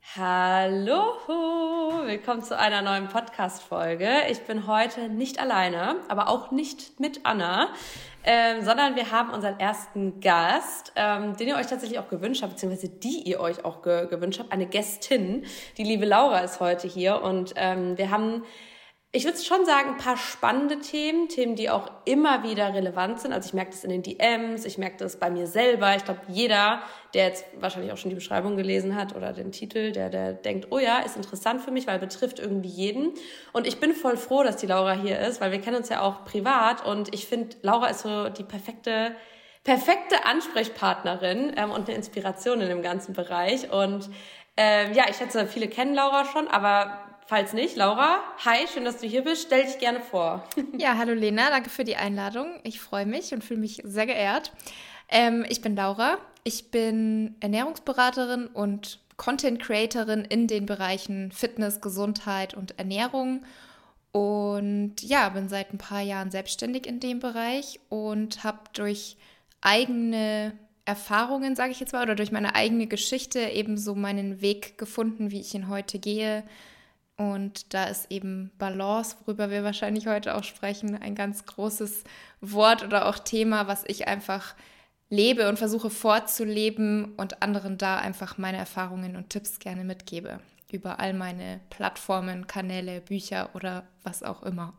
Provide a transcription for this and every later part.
Hallo, willkommen zu einer neuen Podcast-Folge. Ich bin heute nicht alleine, aber auch nicht mit Anna, sondern wir haben unseren ersten Gast, den ihr euch tatsächlich auch gewünscht habt, beziehungsweise die ihr euch auch gewünscht habt, eine Gästin. Die liebe Laura ist heute hier und wir haben, ich würde schon sagen, ein paar spannende Themen, die auch immer wieder relevant sind. Also ich merke das in den DMs, ich merke das bei mir selber. Ich glaube, jeder, der jetzt wahrscheinlich auch schon die Beschreibung gelesen hat oder den Titel, der denkt, oh ja, ist interessant für mich, weil betrifft irgendwie jeden. Und ich bin voll froh, dass die Laura hier ist, weil wir kennen uns ja auch privat. Und ich finde, Laura ist so die perfekte Ansprechpartnerin und eine Inspiration in dem ganzen Bereich. Und ich schätze, viele kennen Laura schon, aber falls nicht, Laura, hi, schön, dass du hier bist. Stell dich gerne vor. Ja, hallo Lena, danke für die Einladung. Ich freue mich und fühle mich sehr geehrt. Ich bin Laura, ich bin Ernährungsberaterin und Content Creatorin in den Bereichen Fitness, Gesundheit und Ernährung und ja, bin seit ein paar Jahren selbstständig in dem Bereich und habe durch eigene Erfahrungen, sage ich jetzt mal, oder durch meine eigene Geschichte eben so meinen Weg gefunden, wie ich ihn heute gehe. Und da ist eben Balance, worüber wir wahrscheinlich heute auch sprechen, ein ganz großes Wort oder auch Thema, was ich einfach lebe und versuche vorzuleben und anderen da einfach meine Erfahrungen und Tipps gerne mitgebe. Über all meine Plattformen, Kanäle, Bücher oder was auch immer.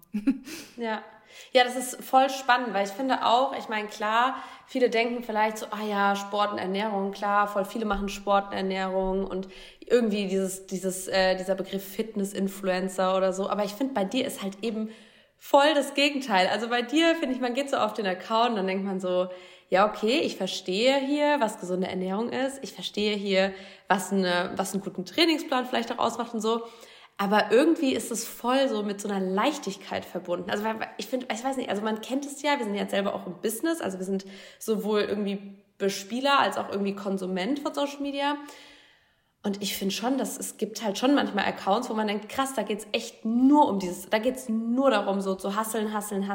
Ja, das ist voll spannend, weil ich finde auch, ich meine, klar, viele denken vielleicht so, Sport und Ernährung, klar, voll viele machen Sport und Ernährung und irgendwie dieser Begriff Fitness-Influencer oder so, aber ich finde, bei dir ist halt eben voll das Gegenteil. Also bei dir, finde ich, man geht so auf den Account und dann denkt man so, ja, okay, ich verstehe hier, was gesunde Ernährung ist, ich verstehe hier, was einen guten Trainingsplan vielleicht auch ausmacht und so. Aber irgendwie ist es voll so mit so einer Leichtigkeit verbunden. Also ich finde, ich weiß nicht, also man kennt es ja, wir sind ja selber auch im Business, also wir sind sowohl irgendwie Bespieler als auch irgendwie Konsument von Social Media. Und ich finde schon, dass es gibt halt schon manchmal Accounts, wo man denkt, krass, da geht's echt nur um da geht's nur darum, so zu hustlen.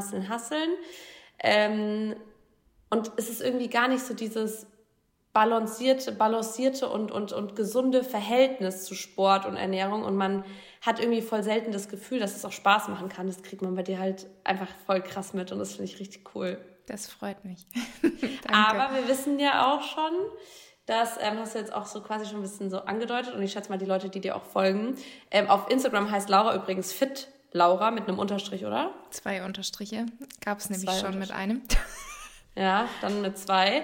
Und es ist irgendwie gar nicht so dieses balancierte und gesunde Verhältnis zu Sport und Ernährung und man hat irgendwie voll selten das Gefühl, dass es auch Spaß machen kann. Das kriegt man bei dir halt einfach voll krass mit und das finde ich richtig cool. Das freut mich. Danke. Aber wir wissen ja auch schon, das hast du jetzt auch so quasi schon ein bisschen so angedeutet und ich schätze mal die Leute, die dir auch folgen. Auf Instagram heißt Laura übrigens Fit Laura mit einem Unterstrich, oder? 2 Unterstriche. Gab es nämlich schon mit einem. Ja, dann mit 2.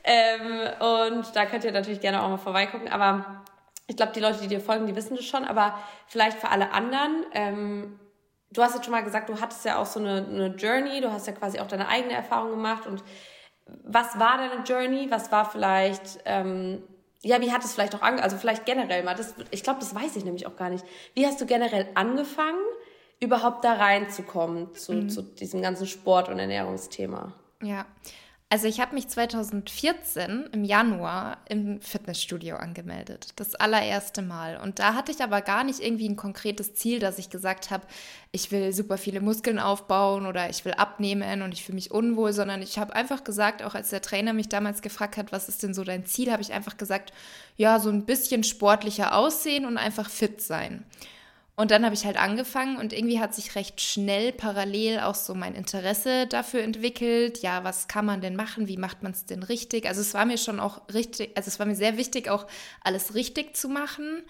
Und da könnt ihr natürlich gerne auch mal vorbeigucken. Aber ich glaube, die Leute, die dir folgen, die wissen das schon. Aber vielleicht für alle anderen, du hast jetzt schon mal gesagt, du hattest ja auch so eine Journey. Du hast ja quasi auch deine eigene Erfahrung gemacht. Und was war deine Journey? Was war vielleicht, wie hat es vielleicht auch also vielleicht generell mal. Ich glaube, das weiß ich nämlich auch gar nicht. Wie hast du generell angefangen, überhaupt da reinzukommen zu diesem ganzen Sport- und Ernährungsthema? Ja, also ich habe mich 2014 im Januar im Fitnessstudio angemeldet, das allererste Mal. Und da hatte ich aber gar nicht irgendwie ein konkretes Ziel, dass ich gesagt habe, ich will super viele Muskeln aufbauen oder ich will abnehmen und ich fühle mich unwohl, sondern ich habe einfach gesagt, auch als der Trainer mich damals gefragt hat, was ist denn so dein Ziel, habe ich einfach gesagt, ja, so ein bisschen sportlicher aussehen und einfach fit sein. Und dann habe ich halt angefangen und irgendwie hat sich recht schnell parallel auch so mein Interesse dafür entwickelt. Ja, was kann man denn machen? Wie macht man es denn richtig? Also es war mir schon auch richtig, also es war mir sehr wichtig, auch alles richtig zu machen.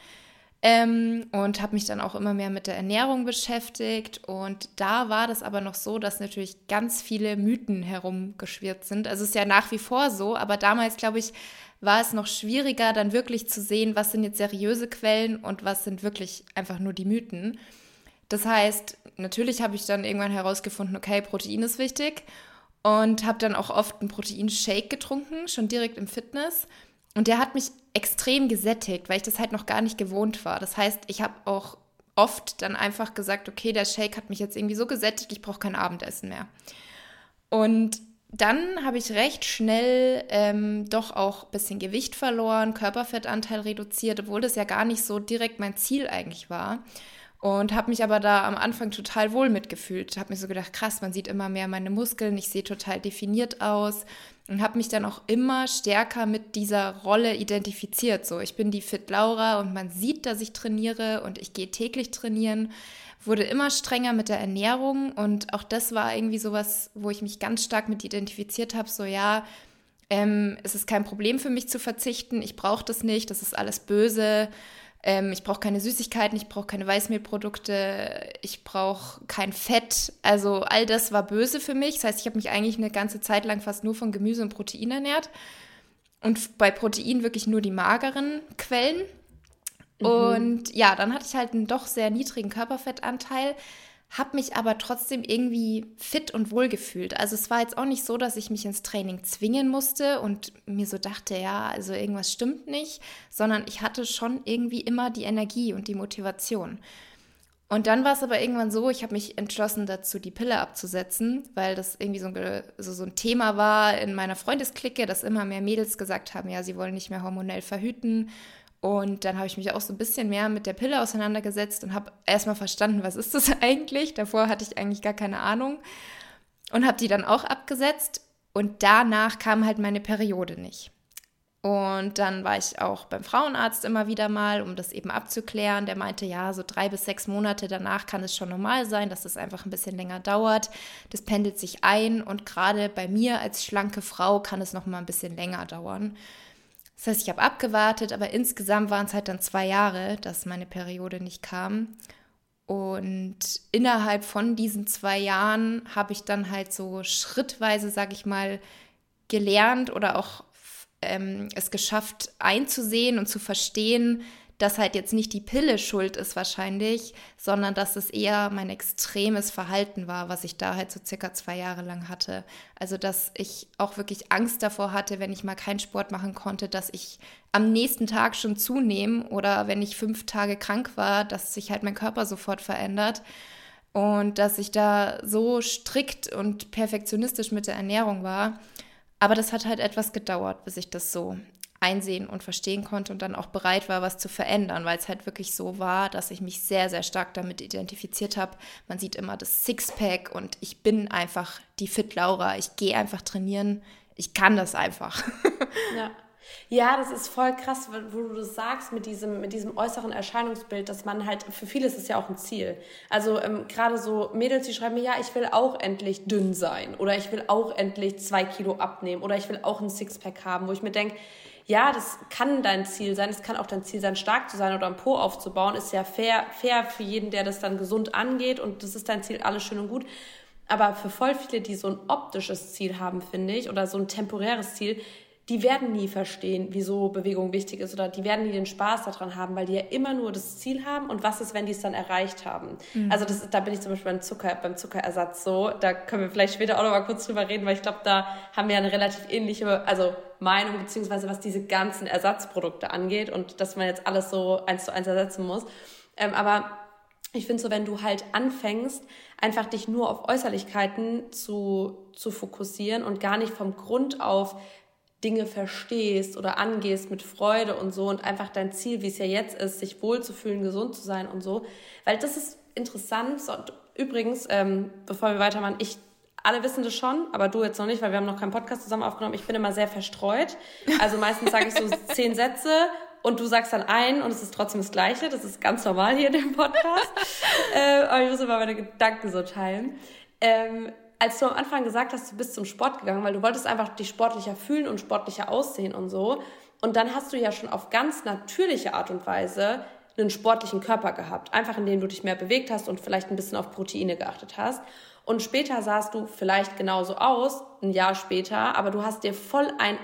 Und habe mich dann auch immer mehr mit der Ernährung beschäftigt. Und da war das aber noch so, dass natürlich ganz viele Mythen herumgeschwirrt sind. Also es ist ja nach wie vor so, aber damals, glaube ich, war es noch schwieriger, dann wirklich zu sehen, was sind jetzt seriöse Quellen und was sind wirklich einfach nur die Mythen. Das heißt, natürlich habe ich dann irgendwann herausgefunden, okay, Protein ist wichtig und habe dann auch oft einen Proteinshake getrunken, schon direkt im Fitness. Und der hat mich extrem gesättigt, weil ich das halt noch gar nicht gewohnt war. Das heißt, ich habe auch oft dann einfach gesagt, okay, der Shake hat mich jetzt irgendwie so gesättigt, ich brauche kein Abendessen mehr. Und dann habe ich recht schnell doch auch ein bisschen Gewicht verloren, Körperfettanteil reduziert, obwohl das ja gar nicht so direkt mein Ziel eigentlich war. Und habe mich aber da am Anfang total wohl mitgefühlt. Habe mir so gedacht, krass, man sieht immer mehr meine Muskeln, ich sehe total definiert aus. Und habe mich dann auch immer stärker mit dieser Rolle identifiziert. So, ich bin die Fit Laura und man sieht, dass ich trainiere und ich gehe täglich trainieren. Wurde immer strenger mit der Ernährung und auch das war irgendwie sowas, wo ich mich ganz stark mit identifiziert habe. So, ja, es ist kein Problem für mich zu verzichten, ich brauche das nicht, das ist alles böse. Ich brauche keine Süßigkeiten, ich brauche keine Weißmehlprodukte, ich brauche kein Fett. Also all das war böse für mich. Das heißt, ich habe mich eigentlich eine ganze Zeit lang fast nur von Gemüse und Protein ernährt. Und bei Protein wirklich nur die mageren Quellen. Und ja, dann hatte ich halt einen doch sehr niedrigen Körperfettanteil, habe mich aber trotzdem irgendwie fit und wohl gefühlt. Also es war jetzt auch nicht so, dass ich mich ins Training zwingen musste und mir so dachte, ja, also irgendwas stimmt nicht, sondern ich hatte schon irgendwie immer die Energie und die Motivation. Und dann war es aber irgendwann so, ich habe mich entschlossen dazu, die Pille abzusetzen, weil das irgendwie so ein Thema war in meiner Freundesklicke, dass immer mehr Mädels gesagt haben, ja, sie wollen nicht mehr hormonell verhüten. Und dann habe ich mich auch so ein bisschen mehr mit der Pille auseinandergesetzt und habe erstmal verstanden, was ist das eigentlich? Davor hatte ich eigentlich gar keine Ahnung und habe die dann auch abgesetzt. Und danach kam halt meine Periode nicht. Und dann war ich auch beim Frauenarzt immer wieder mal, um das eben abzuklären. Der meinte, ja, so 3 bis 6 Monate danach kann es schon normal sein, dass es einfach ein bisschen länger dauert. Das pendelt sich ein und gerade bei mir als schlanke Frau kann es noch mal ein bisschen länger dauern. Das heißt, ich habe abgewartet, aber insgesamt waren es halt dann 2 Jahre, dass meine Periode nicht kam. Und innerhalb von diesen 2 Jahren habe ich dann halt so schrittweise, sage ich mal, gelernt oder auch es geschafft einzusehen und zu verstehen, dass halt jetzt nicht die Pille schuld ist wahrscheinlich, sondern dass es eher mein extremes Verhalten war, was ich da halt so circa 2 Jahre lang hatte. Also dass ich auch wirklich Angst davor hatte, wenn ich mal keinen Sport machen konnte, dass ich am nächsten Tag schon zunehme oder wenn ich 5 Tage krank war, dass sich halt mein Körper sofort verändert und dass ich da so strikt und perfektionistisch mit der Ernährung war. Aber das hat halt etwas gedauert, bis ich das so einsehen und verstehen konnte und dann auch bereit war, was zu verändern, weil es halt wirklich so war, dass ich mich sehr, sehr stark damit identifiziert habe. Man sieht immer das Sixpack und ich bin einfach die Fit Laura. Ich gehe einfach trainieren. Ich kann das einfach. Ja. Ja, das ist voll krass, wo du das sagst mit diesem äußeren Erscheinungsbild, dass man halt, für viele ist es ja auch ein Ziel. Also gerade so Mädels, die schreiben mir, ja, ich will auch endlich dünn sein oder ich will auch endlich 2 Kilo abnehmen oder ich will auch ein Sixpack haben, wo ich mir denke, ja, das kann dein Ziel sein, es kann auch dein Ziel sein, stark zu sein oder einen Po aufzubauen, ist ja fair für jeden, der das dann gesund angeht und das ist dein Ziel, alles schön und gut. Aber für voll viele, die so ein optisches Ziel haben, finde ich, oder so ein temporäres Ziel, die werden nie verstehen, wieso Bewegung wichtig ist oder die werden nie den Spaß daran haben, weil die ja immer nur das Ziel haben und was ist, wenn die es dann erreicht haben. Mhm. Also da bin ich zum Beispiel beim Zuckerersatz so, da können wir vielleicht später auch noch mal kurz drüber reden, weil ich glaube, da haben wir ja eine relativ ähnliche Meinung, beziehungsweise was diese ganzen Ersatzprodukte angeht und dass man jetzt alles so 1:1 ersetzen muss. Aber ich finde so, wenn du halt anfängst, einfach dich nur auf Äußerlichkeiten zu fokussieren und gar nicht vom Grund auf Dinge verstehst oder angehst mit Freude und so und einfach dein Ziel, wie es ja jetzt ist, sich wohlzufühlen, gesund zu sein und so. Weil das ist interessant. So, übrigens, bevor wir weitermachen, alle wissen das schon, aber du jetzt noch nicht, weil wir haben noch keinen Podcast zusammen aufgenommen. Ich bin immer sehr verstreut. Also meistens sage ich so 10 Sätze und du sagst dann einen und es ist trotzdem das Gleiche. Das ist ganz normal hier in dem Podcast. Aber ich muss immer meine Gedanken so teilen. Als du am Anfang gesagt hast, du bist zum Sport gegangen, weil du wolltest einfach dich sportlicher fühlen und sportlicher aussehen und so. Und dann hast du ja schon auf ganz natürliche Art und Weise einen sportlichen Körper gehabt. Einfach indem du dich mehr bewegt hast und vielleicht ein bisschen auf Proteine geachtet hast. Und später sahst du vielleicht genauso aus, ein Jahr später, aber du hast dir voll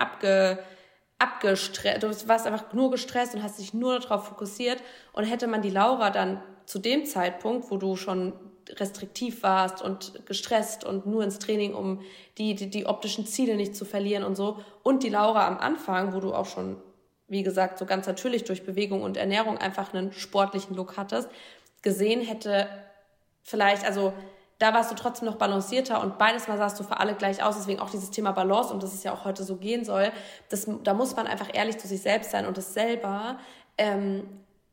abgestresst. Du warst einfach nur gestresst und hast dich nur darauf fokussiert. Und hätte man die Laura dann zu dem Zeitpunkt, wo du schon restriktiv warst und gestresst und nur ins Training, um die optischen Ziele nicht zu verlieren und so. Und die Laura am Anfang, wo du auch schon, wie gesagt, so ganz natürlich durch Bewegung und Ernährung einfach einen sportlichen Look hattest, gesehen hätte vielleicht, also da warst du trotzdem noch balancierter und beides Mal sahst du für alle gleich aus. Deswegen auch dieses Thema Balance und dass es ja auch heute so gehen soll. Da muss man einfach ehrlich zu sich selbst sein und das selber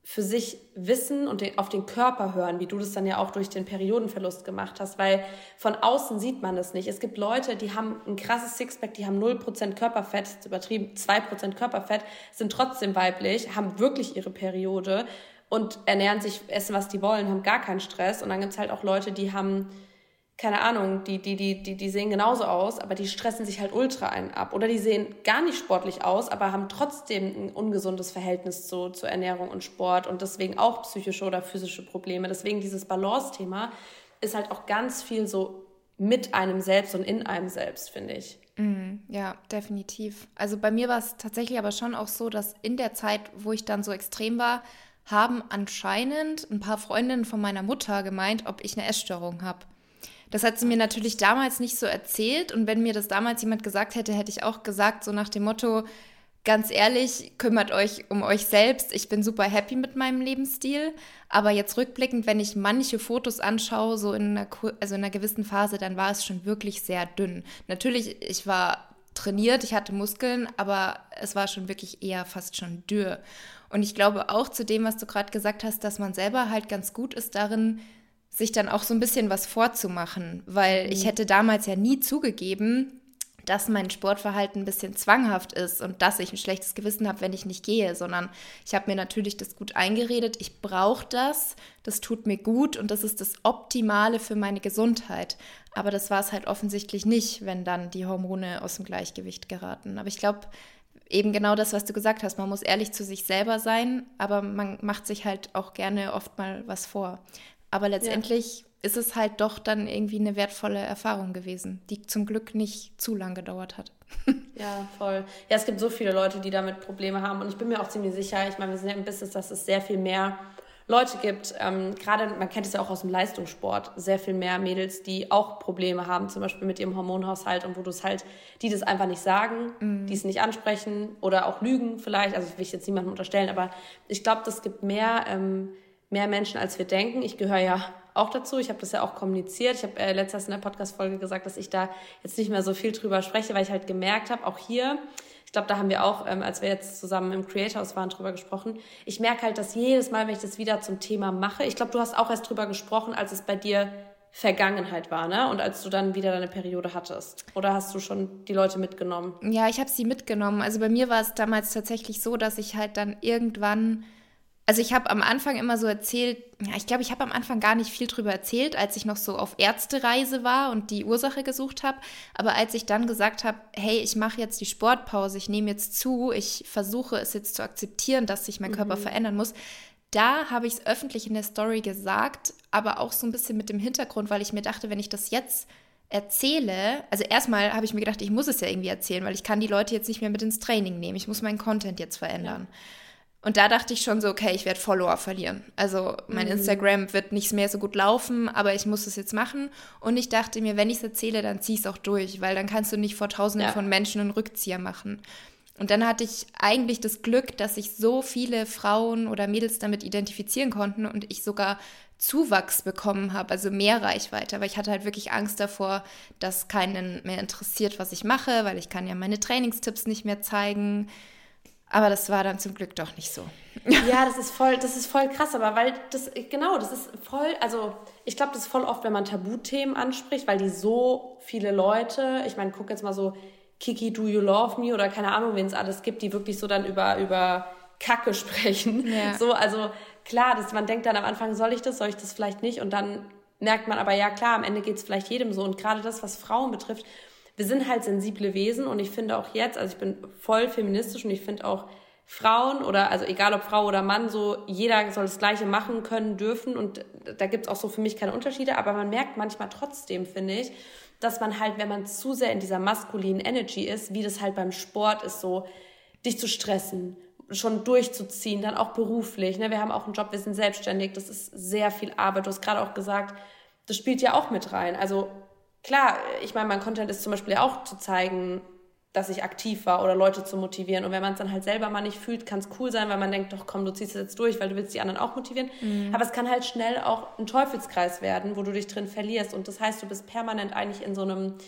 für sich wissen und auf den Körper hören, wie du das dann ja auch durch den Periodenverlust gemacht hast, weil von außen sieht man das nicht. Es gibt Leute, die haben ein krasses Sixpack, die haben 0% Körperfett, ist übertrieben, 2% Körperfett, sind trotzdem weiblich, haben wirklich ihre Periode und ernähren sich, essen, was die wollen, haben gar keinen Stress. Und dann gibt es halt auch Leute, die haben, keine Ahnung, die sehen genauso aus, aber die stressen sich halt ultra einen ab. Oder die sehen gar nicht sportlich aus, aber haben trotzdem ein ungesundes Verhältnis zur Ernährung und Sport und deswegen auch psychische oder physische Probleme. Deswegen dieses Balance-Thema ist halt auch ganz viel so mit einem selbst und in einem selbst, finde ich. Ja, definitiv. Also bei mir war es tatsächlich aber schon auch so, dass in der Zeit, wo ich dann so extrem war, haben anscheinend ein paar Freundinnen von meiner Mutter gemeint, ob ich eine Essstörung habe. Das hat sie mir natürlich damals nicht so erzählt und wenn mir das damals jemand gesagt hätte, hätte ich auch gesagt, so nach dem Motto, ganz ehrlich, kümmert euch um euch selbst, ich bin super happy mit meinem Lebensstil, aber jetzt rückblickend, wenn ich manche Fotos anschaue, so in einer gewissen Phase, dann war es schon wirklich sehr dünn. Natürlich, ich war trainiert, ich hatte Muskeln, aber es war schon wirklich eher fast schon dürr. Und ich glaube auch zu dem, was du gerade gesagt hast, dass man selber halt ganz gut ist darin, sich dann auch so ein bisschen was vorzumachen, weil ich hätte damals ja nie zugegeben, dass mein Sportverhalten ein bisschen zwanghaft ist und dass ich ein schlechtes Gewissen habe, wenn ich nicht gehe, sondern ich habe mir natürlich das gut eingeredet, ich brauche das tut mir gut und das ist das Optimale für meine Gesundheit. Aber das war es halt offensichtlich nicht, wenn dann die Hormone aus dem Gleichgewicht geraten. Aber ich glaube, eben genau das, was du gesagt hast, man muss ehrlich zu sich selber sein, aber man macht sich halt auch gerne oft mal was vor. Aber letztendlich ist es halt doch dann irgendwie eine wertvolle Erfahrung gewesen, die zum Glück nicht zu lang gedauert hat. Ja, voll. Ja, es gibt so viele Leute, die damit Probleme haben und ich bin mir auch ziemlich sicher, ich meine, wir sind ja im Business, dass es sehr viel mehr Leute gibt, gerade, man kennt es ja auch aus dem Leistungssport, sehr viel mehr Mädels, die auch Probleme haben, zum Beispiel mit ihrem Hormonhaushalt und wo du es halt, die das einfach nicht sagen, die es nicht ansprechen oder auch lügen vielleicht, also das will ich jetzt niemandem unterstellen, aber ich glaube, das gibt mehr Menschen, als wir denken. Ich gehöre ja auch dazu. Ich habe das ja auch kommuniziert. Ich habe letztens in der Podcast-Folge gesagt, dass ich da jetzt nicht mehr so viel drüber spreche, weil ich halt gemerkt habe, auch hier, ich glaube, da haben wir auch, als wir jetzt zusammen im Creators waren, drüber gesprochen. Ich merke halt, dass jedes Mal, wenn ich das wieder zum Thema mache, ich glaube, du hast auch erst drüber gesprochen, als es bei dir Vergangenheit war, ne? Und als du dann wieder deine Periode hattest. Oder hast du schon die Leute mitgenommen? Ja, ich habe sie mitgenommen. Also bei mir war es damals tatsächlich so, dass ich halt dann irgendwann... Also ich habe am Anfang immer so erzählt, ja, ich glaube, ich habe am Anfang gar nicht viel drüber erzählt, als ich noch so auf Ärztereise war und die Ursache gesucht habe. Aber als ich dann gesagt habe, hey, ich mache jetzt die Sportpause, ich nehme jetzt zu, ich versuche es jetzt zu akzeptieren, dass sich mein Körper verändern muss, da habe ich es öffentlich in der Story gesagt, aber auch so ein bisschen mit dem Hintergrund, weil ich mir dachte, wenn ich das jetzt erzähle, also erstmal habe ich mir gedacht, ich muss es ja irgendwie erzählen, weil ich kann die Leute jetzt nicht mehr mit ins Training nehmen, ich muss meinen Content jetzt verändern. Ja. Und da dachte ich schon so, okay, ich werde Follower verlieren. Also mein Instagram wird nicht mehr so gut laufen, aber ich muss es jetzt machen. Und ich dachte mir, wenn ich es erzähle, dann zieh es auch durch, weil dann kannst du nicht vor Tausenden von Menschen einen Rückzieher machen. Und dann hatte ich eigentlich das Glück, dass sich so viele Frauen oder Mädels damit identifizieren konnten und ich sogar Zuwachs bekommen habe, also mehr Reichweite. Aber ich hatte halt wirklich Angst davor, dass keinen mehr interessiert, was ich mache, weil ich kann ja meine Trainingstipps nicht mehr zeigen. Aber das war dann zum Glück doch nicht so. Ja, das ist voll krass, aber weil das ist voll, also ich glaube, das ist voll oft, wenn man Tabuthemen anspricht, weil die so viele Leute, ich meine, guck jetzt mal so Kiki, Do You Love Me oder keine Ahnung, wen es alles gibt, die wirklich so dann über Kacke sprechen. Ja. So, also klar, man denkt dann am Anfang, soll ich das vielleicht nicht? Und dann merkt man aber, ja klar, am Ende geht es vielleicht jedem so. Und gerade das, was Frauen betrifft, wir sind halt sensible Wesen und ich finde auch jetzt, also ich bin voll feministisch und ich finde auch Frauen oder, also egal ob Frau oder Mann, so jeder soll das Gleiche machen können, dürfen und da gibt's auch so für mich keine Unterschiede, aber man merkt manchmal trotzdem, finde ich, dass man halt, wenn man zu sehr in dieser maskulinen Energy ist, wie das halt beim Sport ist, so dich zu stressen, schon durchzuziehen, dann auch beruflich, ne? Wir haben auch einen Job, wir sind selbstständig, das ist sehr viel Arbeit, du hast gerade auch gesagt, das spielt ja auch mit rein, also klar, ich meine, mein Content ist zum Beispiel ja auch zu zeigen, dass ich aktiv war oder Leute zu motivieren. Und wenn man es dann halt selber mal nicht fühlt, kann es cool sein, weil man denkt, doch komm, du ziehst es jetzt durch, weil du willst die anderen auch motivieren. Aber es kann halt schnell auch ein Teufelskreis werden, wo du dich drin verlierst. Und das heißt, du bist permanent eigentlich in so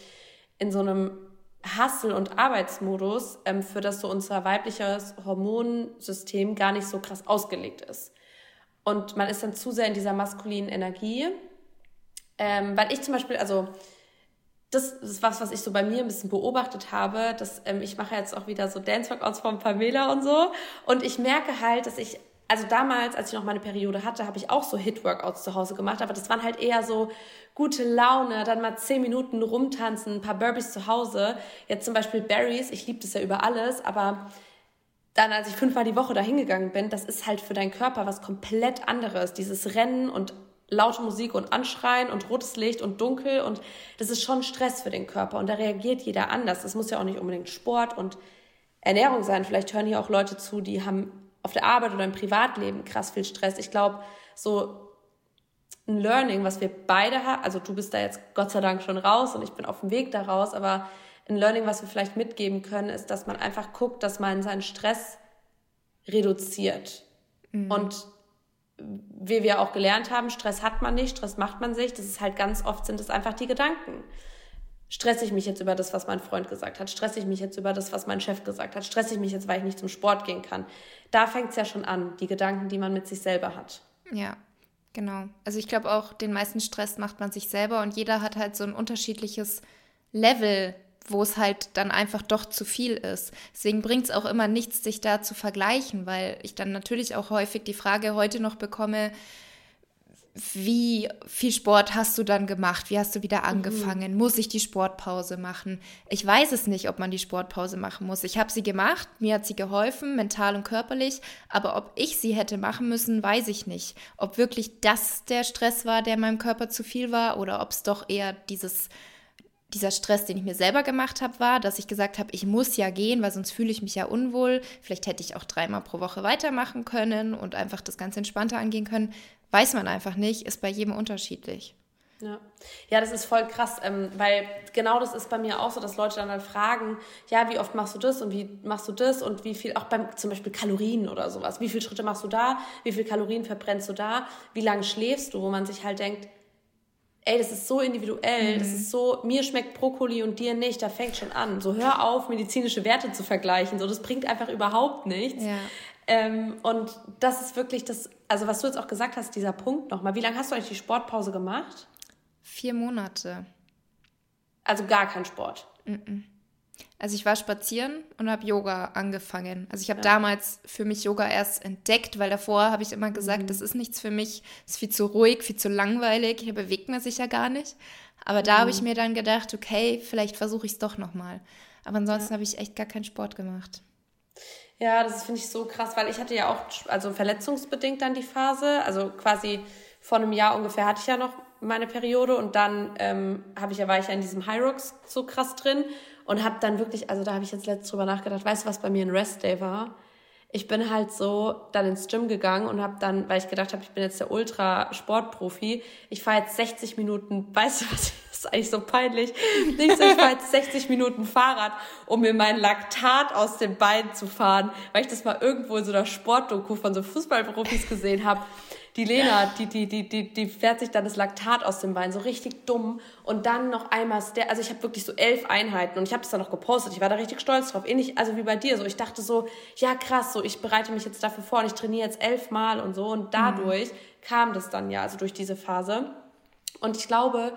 einem Hustle- und Arbeitsmodus, für das so unser weibliches Hormonsystem gar nicht so krass ausgelegt ist. und man ist dann zu sehr in dieser maskulinen Energie. Weil ich zum Beispiel, also das ist was ich so bei mir ein bisschen beobachtet habe, dass ich mache jetzt auch wieder so Dance-Workouts von Pamela und so, und ich merke halt, dass ich, also damals, als ich noch meine Periode hatte, habe ich auch so Hit-Workouts zu Hause gemacht, aber das waren halt eher so gute Laune, dann mal 10 Minuten rumtanzen, ein paar Burpees zu Hause, jetzt zum Beispiel Barry's, ich liebe das ja über alles, aber dann, als ich 5-mal die Woche da hingegangen bin, das ist halt für deinen Körper was komplett anderes, dieses Rennen und laute Musik und Anschreien und rotes Licht und dunkel, und das ist schon Stress für den Körper und da reagiert jeder anders. Das muss ja auch nicht unbedingt Sport und Ernährung sein. Vielleicht hören hier auch Leute zu, die haben auf der Arbeit oder im Privatleben krass viel Stress. Ich glaube, so ein Learning, was wir beide haben, also du bist da jetzt Gott sei Dank schon raus und ich bin auf dem Weg da raus, aber ein Learning, was wir vielleicht mitgeben können, ist, dass man einfach guckt, dass man seinen Stress reduziert. Und wie wir auch gelernt haben, Stress hat man nicht, Stress macht man sich. Das ist halt ganz oft, sind es einfach die Gedanken. Stresse ich mich jetzt über das, was mein Freund gesagt hat? Stresse ich mich jetzt über das, was mein Chef gesagt hat? Stresse ich mich jetzt, weil ich nicht zum Sport gehen kann? Da fängt es ja schon an, die Gedanken, die man mit sich selber hat. Ja, genau. Also ich glaube auch, den meisten Stress macht man sich selber und jeder hat halt so ein unterschiedliches Level, wo es halt dann einfach doch zu viel ist. Deswegen bringt es auch immer nichts, sich da zu vergleichen, weil ich dann natürlich auch häufig die Frage heute noch bekomme, wie viel Sport hast du dann gemacht? Wie hast du wieder angefangen? Muss ich die Sportpause machen? Ich weiß es nicht, ob man die Sportpause machen muss. Ich habe sie gemacht, mir hat sie geholfen, mental und körperlich, aber ob ich sie hätte machen müssen, weiß ich nicht. Ob wirklich das der Stress war, der meinem Körper zu viel war, oder ob es doch eher dieser Stress, den ich mir selber gemacht habe, war, dass ich gesagt habe, ich muss ja gehen, weil sonst fühle ich mich ja unwohl. Vielleicht hätte ich auch 3-mal pro Woche weitermachen können und einfach das Ganze entspannter angehen können. Weiß man einfach nicht, ist bei jedem unterschiedlich. Ja, das ist voll krass, weil genau das ist bei mir auch so, dass Leute dann halt fragen, ja, wie oft machst du das und wie machst du das und wie viel, auch beim zum Beispiel Kalorien oder sowas, wie viele Schritte machst du da, wie viel Kalorien verbrennst du da, wie lange schläfst du, wo man sich halt denkt, ey, das ist so individuell, das ist so, mir schmeckt Brokkoli und dir nicht, da fängt schon an. So, hör auf, medizinische Werte zu vergleichen, so, das bringt einfach überhaupt nichts. Ja. Und das ist wirklich das, also was du jetzt auch gesagt hast, dieser Punkt nochmal, wie lange hast du eigentlich die Sportpause gemacht? 4 Monate. Also gar kein Sport? Also ich war spazieren und habe Yoga angefangen. Also ich habe damals für mich Yoga erst entdeckt, weil davor habe ich immer gesagt, das ist nichts für mich, ist viel zu ruhig, viel zu langweilig, hier bewegt man sich ja gar nicht. Aber da habe ich mir dann gedacht, okay, vielleicht versuche ich es doch nochmal. Aber ansonsten habe ich echt gar keinen Sport gemacht. Ja, das finde ich so krass, weil ich hatte ja auch, also verletzungsbedingt dann die Phase, also quasi vor einem Jahr ungefähr hatte ich ja noch meine Periode und dann war ich ja in diesem Hyrox so krass drin und habe dann wirklich, also da habe ich jetzt letztens drüber nachgedacht, weißt du, was bei mir ein Rest-Day war? Ich bin halt so dann ins Gym gegangen und habe dann, weil ich gedacht habe, ich bin jetzt der Ultra-Sportprofi, ich fahre jetzt 60 Minuten, weißt du was, das ist eigentlich so peinlich, ich fahre jetzt 60 Minuten Fahrrad, um mir mein Laktat aus dem Bein zu fahren, weil ich das mal irgendwo in so einer Sportdoku von so Fußballprofis gesehen habe. Die Lena, die fährt sich dann das Laktat aus dem Bein, so richtig dumm. Und dann noch einmal, also ich habe wirklich so 11 Einheiten und ich habe das dann noch gepostet. Ich war da richtig stolz drauf, ähnlich, also wie bei dir. So, ich dachte so, ja krass, so ich bereite mich jetzt dafür vor und ich trainiere jetzt 11 Mal und so. Und dadurch kam das dann ja, also durch diese Phase. Und ich glaube,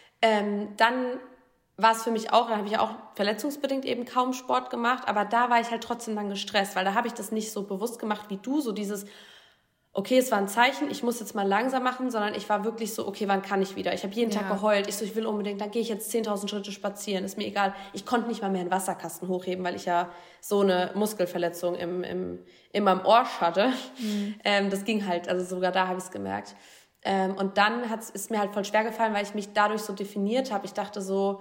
dann war es für mich auch, da habe ich auch verletzungsbedingt eben kaum Sport gemacht, aber da war ich halt trotzdem dann gestresst, weil da habe ich das nicht so bewusst gemacht wie du, so dieses, okay, es war ein Zeichen, ich muss jetzt mal langsam machen, sondern ich war wirklich so, okay, wann kann ich wieder? Ich habe jeden Tag geheult, ich will unbedingt, dann gehe ich jetzt 10.000 Schritte spazieren, ist mir egal. Ich konnte nicht mal mehr einen Wasserkasten hochheben, weil ich ja so eine Muskelverletzung in meinem Arsch hatte. Das ging halt, also sogar da habe ich es gemerkt. Und dann ist mir halt voll schwer gefallen, weil ich mich dadurch so definiert habe. Ich dachte so,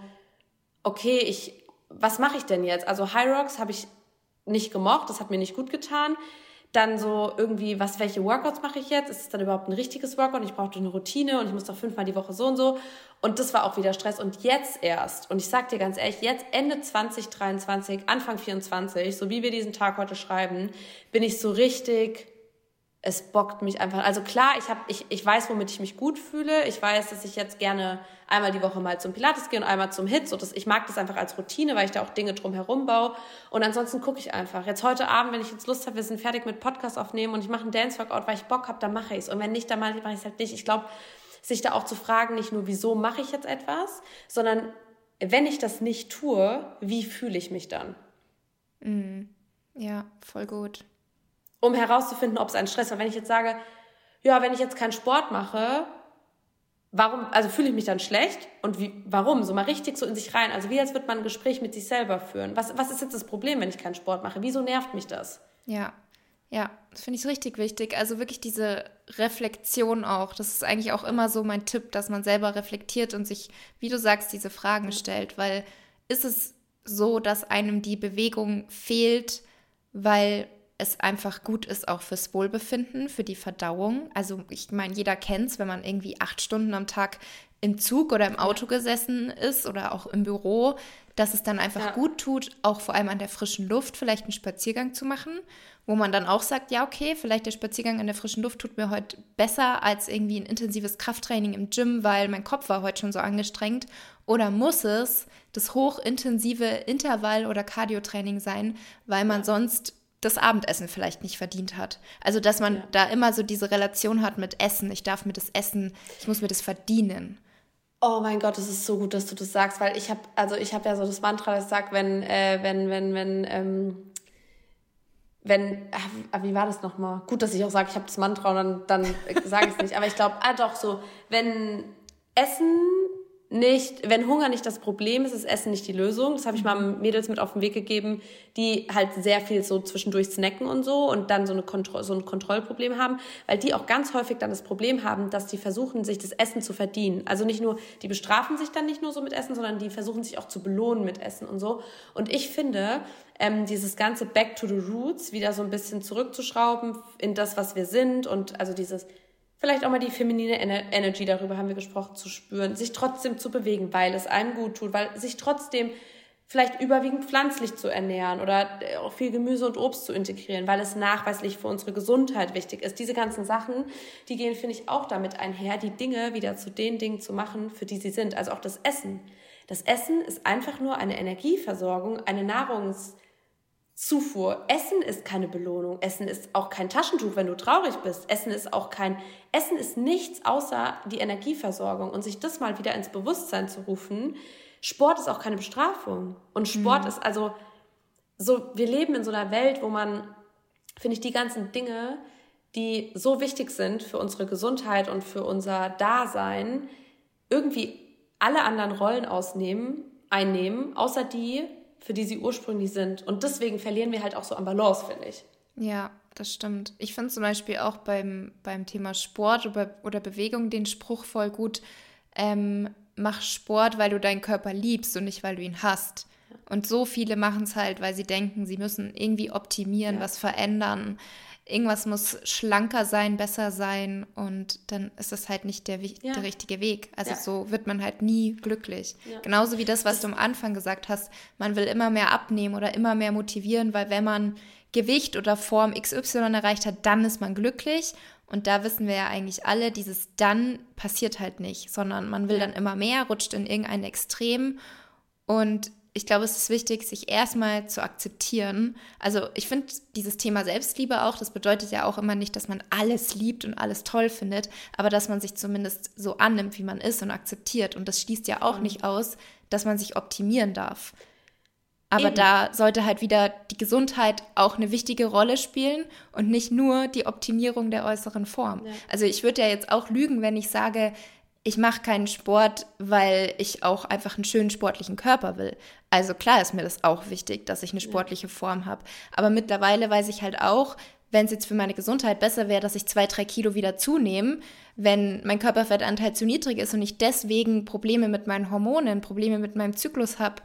okay, was mache ich denn jetzt? Also Hyrox habe ich nicht gemocht, das hat mir nicht gut getan. Dann so irgendwie, welche Workouts mache ich jetzt? Ist es dann überhaupt ein richtiges Workout? Ich brauchte eine Routine und ich muss doch 5-mal die Woche so und so. Und das war auch wieder Stress. Und jetzt erst, und ich sag dir ganz ehrlich, jetzt Ende 2023, Anfang 24, so wie wir diesen Tag heute schreiben, bin ich so richtig es bockt mich einfach. Also klar, ich weiß, womit ich mich gut fühle. Ich weiß, dass ich jetzt gerne einmal die Woche mal zum Pilates gehe und einmal zum HIIT. Ich mag das einfach als Routine, weil ich da auch Dinge drumherum baue. Und ansonsten gucke ich einfach. Jetzt heute Abend, wenn ich jetzt Lust habe, wir sind fertig mit Podcast aufnehmen und ich mache einen Dance-Workout, weil ich Bock habe, dann mache ich es. Und wenn nicht, dann mache ich es halt nicht. Ich glaube, sich da auch zu fragen, nicht nur, wieso mache ich jetzt etwas, sondern wenn ich das nicht tue, wie fühle ich mich dann? Ja, voll gut. Um herauszufinden, ob es einen Stress war. Wenn ich jetzt sage, ja, wenn ich jetzt keinen Sport mache, warum, also fühle ich mich dann schlecht? Und warum? So mal richtig so in sich rein. Also wie als würde man ein Gespräch mit sich selber führen. Was ist jetzt das Problem, wenn ich keinen Sport mache? Wieso nervt mich das? Ja, das finde ich richtig wichtig. Also wirklich diese Reflexion auch. Das ist eigentlich auch immer so mein Tipp, dass man selber reflektiert und sich, wie du sagst, diese Fragen stellt. Weil ist es so, dass einem die Bewegung fehlt, weil es einfach gut ist auch fürs Wohlbefinden, für die Verdauung. Also ich meine, jeder kennt es, wenn man irgendwie 8 Stunden am Tag im Zug oder im Auto gesessen ist oder auch im Büro, dass es dann einfach gut tut, auch vor allem an der frischen Luft vielleicht einen Spaziergang zu machen, wo man dann auch sagt, ja okay, vielleicht der Spaziergang an der frischen Luft tut mir heute besser als irgendwie ein intensives Krafttraining im Gym, weil mein Kopf war heute schon so angestrengt. Oder muss es das hochintensive Intervall- oder Cardio-Training sein, weil man sonst das Abendessen vielleicht nicht verdient hat. Also, dass man da immer so diese Relation hat mit Essen. Ich darf mir das essen, ich muss mir das verdienen. Oh mein Gott, es ist so gut, dass du das sagst, weil ich habe ja so das Mantra, das sagt, wie war das nochmal? Gut, dass ich auch sage, ich habe das Mantra und dann sage ich es nicht. Aber ich glaube, doch so, wenn Hunger nicht das Problem ist, ist Essen nicht die Lösung. Das habe ich mal Mädels mit auf den Weg gegeben, die halt sehr viel so zwischendurch snacken und so und dann so ein Kontrollproblem haben, weil die auch ganz häufig dann das Problem haben, dass die versuchen, sich das Essen zu verdienen. Also nicht nur, die bestrafen sich dann nicht nur so mit Essen, sondern die versuchen sich auch zu belohnen mit Essen und so. Und ich finde, dieses ganze Back to the Roots wieder so ein bisschen zurückzuschrauben in das, was wir sind und also dieses vielleicht auch mal die feminine Energy, darüber haben wir gesprochen, zu spüren, sich trotzdem zu bewegen, weil es einem gut tut, weil sich trotzdem vielleicht überwiegend pflanzlich zu ernähren oder auch viel Gemüse und Obst zu integrieren, weil es nachweislich für unsere Gesundheit wichtig ist. Diese ganzen Sachen, die gehen, finde ich, auch damit einher, die Dinge wieder zu den Dingen zu machen, für die sie sind. Also auch das Essen. Das Essen ist einfach nur eine Energieversorgung, eine Nahrungszufuhr. Essen ist keine Belohnung. Essen ist auch kein Taschentuch, wenn du traurig bist. Essen ist nichts außer die Energieversorgung. Und sich das mal wieder ins Bewusstsein zu rufen, Sport ist auch keine Bestrafung. Und Sport ist also so, wir leben in so einer Welt, wo man, finde ich, die ganzen Dinge, die so wichtig sind für unsere Gesundheit und für unser Dasein, irgendwie alle anderen Rollen einnehmen, außer die, für die sie ursprünglich sind. Und deswegen verlieren wir halt auch so an Balance, finde ich. Ja, das stimmt. Ich finde zum Beispiel auch beim Thema Sport oder Bewegung den Spruch voll gut, mach Sport, weil du deinen Körper liebst und nicht, weil du ihn hast. Ja. Und so viele machen es halt, weil sie denken, sie müssen irgendwie optimieren, was verändern. Irgendwas muss schlanker sein, besser sein und dann ist das halt nicht der richtige Weg. Also so wird man halt nie glücklich. Ja. Genauso wie das, was du am Anfang gesagt hast, man will immer mehr abnehmen oder immer mehr motivieren, weil wenn man Gewicht oder Form XY erreicht hat, dann ist man glücklich. Und da wissen wir ja eigentlich alle, dieses dann passiert halt nicht, sondern man will dann immer mehr, rutscht in irgendein Extrem. Und ich glaube, es ist wichtig, sich erstmal zu akzeptieren. Also ich finde dieses Thema Selbstliebe auch, das bedeutet ja auch immer nicht, dass man alles liebt und alles toll findet, aber dass man sich zumindest so annimmt, wie man ist und akzeptiert. Und das schließt ja auch nicht aus, dass man sich optimieren darf. Aber da sollte halt wieder die Gesundheit auch eine wichtige Rolle spielen und nicht nur die Optimierung der äußeren Form. Ja. Also ich würde ja jetzt auch lügen, wenn ich sage, ich mache keinen Sport, weil ich auch einfach einen schönen sportlichen Körper will. Also klar ist mir das auch wichtig, dass ich eine sportliche Form habe. Aber mittlerweile weiß ich halt auch, wenn es jetzt für meine Gesundheit besser wäre, dass ich 2-3 Kilo wieder zunehme, wenn mein Körperfettanteil zu niedrig ist und ich deswegen Probleme mit meinen Hormonen, Probleme mit meinem Zyklus habe,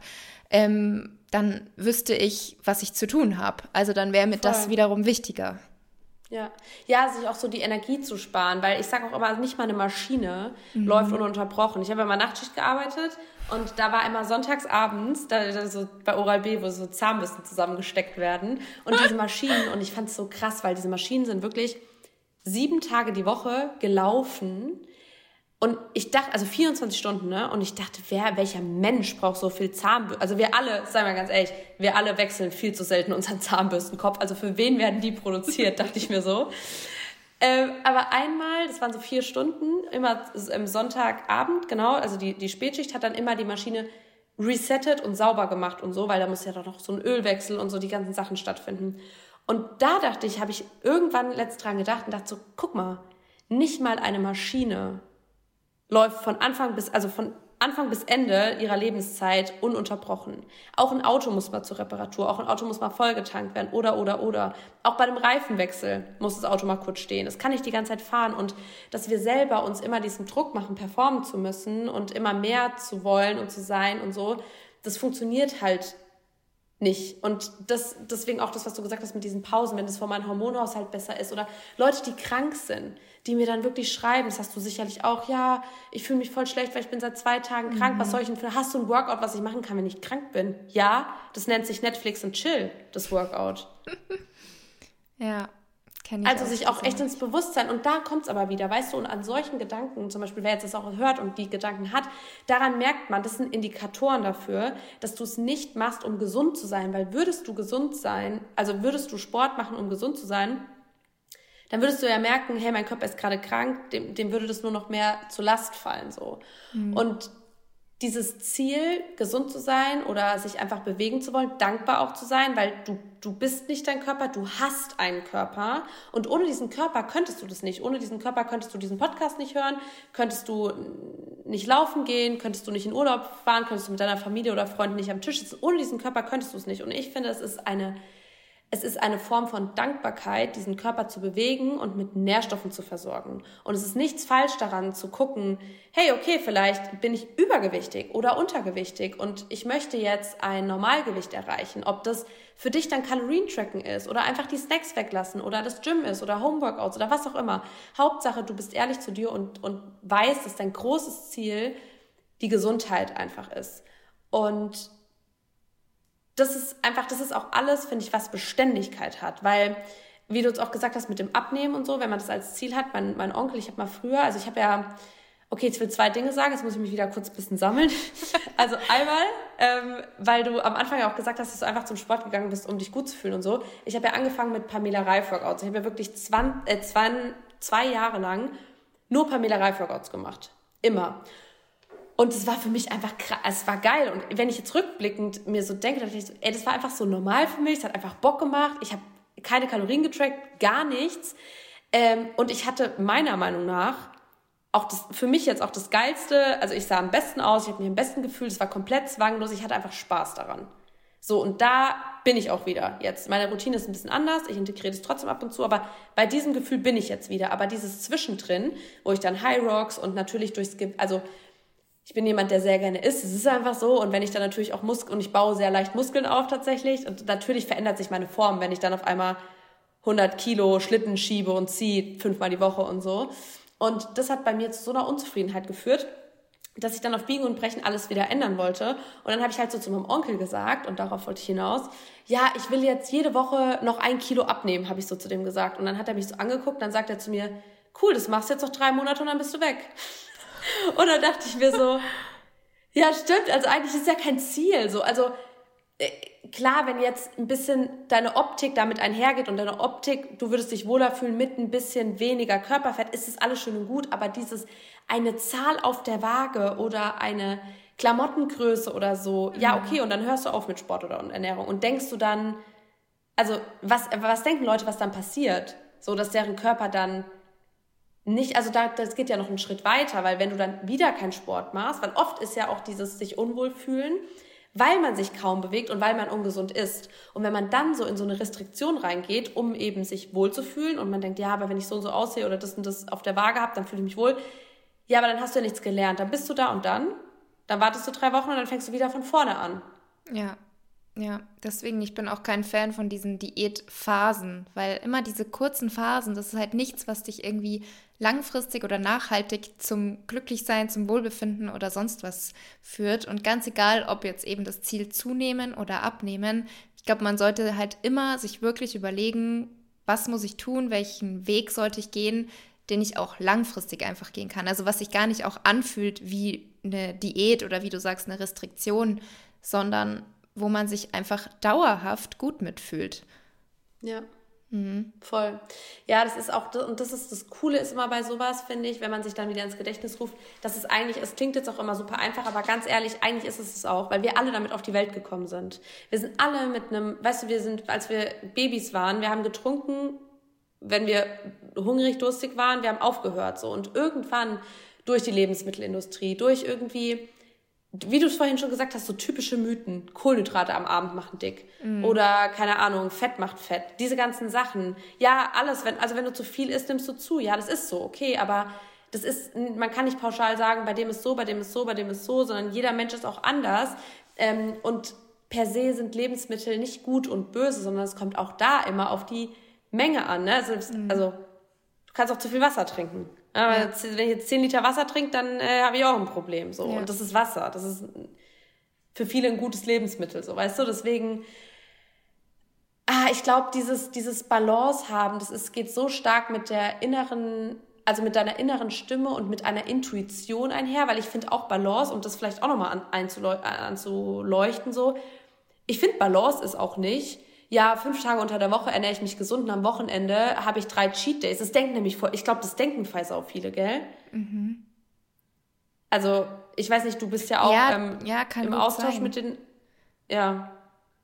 dann wüsste ich, was ich zu tun habe. Also dann wäre mir das wiederum wichtiger. Ja, sich auch so die Energie zu sparen, weil ich sage auch immer, nicht mal eine Maschine läuft ununterbrochen. Ich habe immer Nachtschicht gearbeitet und da war immer sonntags abends, da so bei Oral-B, wo so Zahnbürsten zusammengesteckt werden und diese Maschinen, und ich fand es so krass, weil diese Maschinen sind wirklich 7 Tage die Woche gelaufen. Und ich dachte, also 24 Stunden, ne? Und ich dachte, welcher Mensch braucht so viel Zahnbürsten? Also wir alle, seien wir ganz ehrlich, wir alle wechseln viel zu selten unseren Zahnbürstenkopf. Also für wen werden die produziert, dachte ich mir so. Aber einmal, das waren so 4 Stunden, immer am Sonntagabend, genau, also die Spätschicht hat dann immer die Maschine resettet und sauber gemacht und so, weil da muss ja doch noch so ein Ölwechsel und so die ganzen Sachen stattfinden. Und da dachte ich, habe ich irgendwann letzt dran gedacht und dachte so, guck mal, nicht mal eine Maschine läuft von Anfang bis Ende ihrer Lebenszeit ununterbrochen. Auch ein Auto muss mal zur Reparatur, auch ein Auto muss mal vollgetankt werden oder. Auch bei dem Reifenwechsel muss das Auto mal kurz stehen. Es kann nicht die ganze Zeit fahren und dass wir selber uns immer diesen Druck machen, performen zu müssen und immer mehr zu wollen und zu sein und so, das funktioniert halt nicht. Und deswegen auch das, was du gesagt hast mit diesen Pausen, wenn es vor meinem Hormonhaushalt besser ist oder Leute, die krank sind, die mir dann wirklich schreiben, das hast du sicherlich auch, ja, ich fühle mich voll schlecht, weil ich bin seit 2 Tagen krank, was soll ich denn für, hast du ein Workout, was ich machen kann, wenn ich krank bin? Ja, das nennt sich Netflix und Chill, das Workout. Ja, kenne ich also sich auch echt ins Bewusstsein, und da kommt es aber wieder, weißt du, und an solchen Gedanken, zum Beispiel, wer jetzt das auch hört und die Gedanken hat, daran merkt man, das sind Indikatoren dafür, dass du es nicht machst, um gesund zu sein, weil würdest du gesund sein, also würdest du Sport machen, um gesund zu sein, dann würdest du ja merken, hey, mein Körper ist gerade krank, dem würde das nur noch mehr zur Last fallen, so. Und dieses Ziel, gesund zu sein oder sich einfach bewegen zu wollen, dankbar auch zu sein, weil du bist nicht dein Körper, du hast einen Körper und ohne diesen Körper könntest du das nicht. Ohne diesen Körper könntest du diesen Podcast nicht hören, könntest du nicht laufen gehen, könntest du nicht in Urlaub fahren, könntest du mit deiner Familie oder Freunden nicht am Tisch sitzen. Ohne diesen Körper könntest du es nicht. Und ich finde, es ist eine Form von Dankbarkeit, diesen Körper zu bewegen und mit Nährstoffen zu versorgen. Und es ist nichts falsch daran zu gucken, hey, okay, vielleicht bin ich übergewichtig oder untergewichtig und ich möchte jetzt ein Normalgewicht erreichen. Ob das für dich dann Kalorientracken ist oder einfach die Snacks weglassen oder das Gym ist oder Homeworkouts oder was auch immer. Hauptsache, du bist ehrlich zu dir und weißt, dass dein großes Ziel die Gesundheit einfach ist. Und das ist auch alles, finde ich, was Beständigkeit hat, weil, wie du es auch gesagt hast, mit dem Abnehmen und so, wenn man das als Ziel hat, mein Onkel, ich habe mal früher, also ich habe ja, okay, jetzt will 2 Dinge sagen, jetzt muss ich mich wieder kurz ein bisschen sammeln. Also einmal, weil du am Anfang ja auch gesagt hast, dass du einfach zum Sport gegangen bist, um dich gut zu fühlen und so. Ich habe ja angefangen mit Pamela Reif Workouts. Ich habe ja wirklich 2 Jahre lang nur Pamela Reif Workouts gemacht. Immer. Und es war für mich einfach krass, es war geil. Und wenn ich jetzt rückblickend mir so denke, dann denke ich so, ey, das war einfach so normal für mich, es hat einfach Bock gemacht, ich habe keine Kalorien getrackt, gar nichts. Und ich hatte meiner Meinung nach auch für mich jetzt auch das Geilste, also ich sah am besten aus, ich habe mich am besten gefühlt, es war komplett zwanglos, ich hatte einfach Spaß daran. So, und da bin ich auch wieder jetzt. Meine Routine ist ein bisschen anders, ich integriere das trotzdem ab und zu, aber bei diesem Gefühl bin ich jetzt wieder. Aber dieses Zwischendrin, wo ich dann High Rocks und natürlich ich bin jemand, der sehr gerne isst, es ist einfach so. Und wenn ich dann natürlich auch und ich baue sehr leicht Muskeln auf tatsächlich. Und natürlich verändert sich meine Form, wenn ich dann auf einmal 100 Kilo Schlitten schiebe und ziehe 5-mal die Woche und so. Und das hat bei mir zu so einer Unzufriedenheit geführt, dass ich dann auf Biegen und Brechen alles wieder ändern wollte. Und dann habe ich halt so zu meinem Onkel gesagt, und darauf wollte ich hinaus, ja, ich will jetzt jede Woche noch 1 Kilo abnehmen, habe ich so zu dem gesagt. Und dann hat er mich so angeguckt, dann sagt er zu mir, cool, das machst du jetzt noch 3 Monate und dann bist du weg. Und dann dachte ich mir so, ja, stimmt, also eigentlich ist ja kein Ziel. So. Also klar, wenn jetzt ein bisschen deine Optik damit einhergeht und deine Optik, du würdest dich wohler fühlen mit ein bisschen weniger Körperfett, ist es alles schön und gut, aber eine Zahl auf der Waage oder eine Klamottengröße oder so, ja, okay, und dann hörst du auf mit Sport oder Ernährung und denkst du dann, also was denken Leute, was dann passiert? So, dass deren Körper dann nicht, also das geht ja noch einen Schritt weiter, weil wenn du dann wieder keinen Sport machst, weil oft ist ja auch dieses sich unwohl fühlen, weil man sich kaum bewegt und weil man ungesund isst. Und wenn man dann so in so eine Restriktion reingeht, um eben sich wohlzufühlen und man denkt, ja, aber wenn ich so und so aussehe oder das und das auf der Waage habe, dann fühle ich mich wohl. Ja, aber dann hast du ja nichts gelernt. Dann bist du da und dann wartest du 3 Wochen und dann fängst du wieder von vorne an. Ja, deswegen, ich bin auch kein Fan von diesen Diätphasen, weil immer diese kurzen Phasen, das ist halt nichts, was dich irgendwie langfristig oder nachhaltig zum Glücklichsein, zum Wohlbefinden oder sonst was führt. Und ganz egal, ob jetzt eben das Ziel zunehmen oder abnehmen, ich glaube, man sollte halt immer sich wirklich überlegen, was muss ich tun, welchen Weg sollte ich gehen, den ich auch langfristig einfach gehen kann. Also was sich gar nicht auch anfühlt wie eine Diät oder wie du sagst, eine Restriktion, sondern wo man sich einfach dauerhaft gut mitfühlt. Ja. Voll. Ja, das ist auch, und das Coole ist immer bei sowas, finde ich, wenn man sich dann wieder ins Gedächtnis ruft, dass es eigentlich, es klingt jetzt auch immer super einfach, aber ganz ehrlich, eigentlich ist es auch, weil wir alle damit auf die Welt gekommen sind. Wir sind alle mit einem, weißt du, als wir Babys waren, wir haben getrunken, wenn wir hungrig, durstig waren, wir haben aufgehört, so. Und irgendwann durch die Lebensmittelindustrie, durch irgendwie, wie du es vorhin schon gesagt hast, so typische Mythen. Kohlenhydrate am Abend machen dick. Oder, keine Ahnung, Fett macht fett. Diese ganzen Sachen. Ja, alles, wenn du zu viel isst, nimmst du zu. Ja, das ist so, okay, aber man kann nicht pauschal sagen, bei dem ist so, bei dem ist so, bei dem ist so, sondern jeder Mensch ist auch anders. Und per se sind Lebensmittel nicht gut und böse, sondern es kommt auch da immer auf die Menge an. Ne? Also du kannst auch zu viel Wasser trinken. Aber wenn ich jetzt 10 Liter Wasser trinke, dann habe ich auch ein Problem. So. Ja. Und das ist Wasser. Das ist für viele ein gutes Lebensmittel. So, weißt du? Deswegen, ich glaube, dieses Balance haben, geht so stark mit der also mit deiner inneren Stimme und mit einer Intuition einher, weil ich finde auch Balance, um das vielleicht auch nochmal anzuleuchten, so. Ich finde, Balance ist auch nicht, ja, 5 Tage unter der Woche ernähre ich mich gesund und am Wochenende habe ich 3 Cheat Days. Das denken nämlich ich glaube, das denken fast auch viele, gell? Mhm. Also, ich weiß nicht, du bist ja auch im Austausch mit den, ja.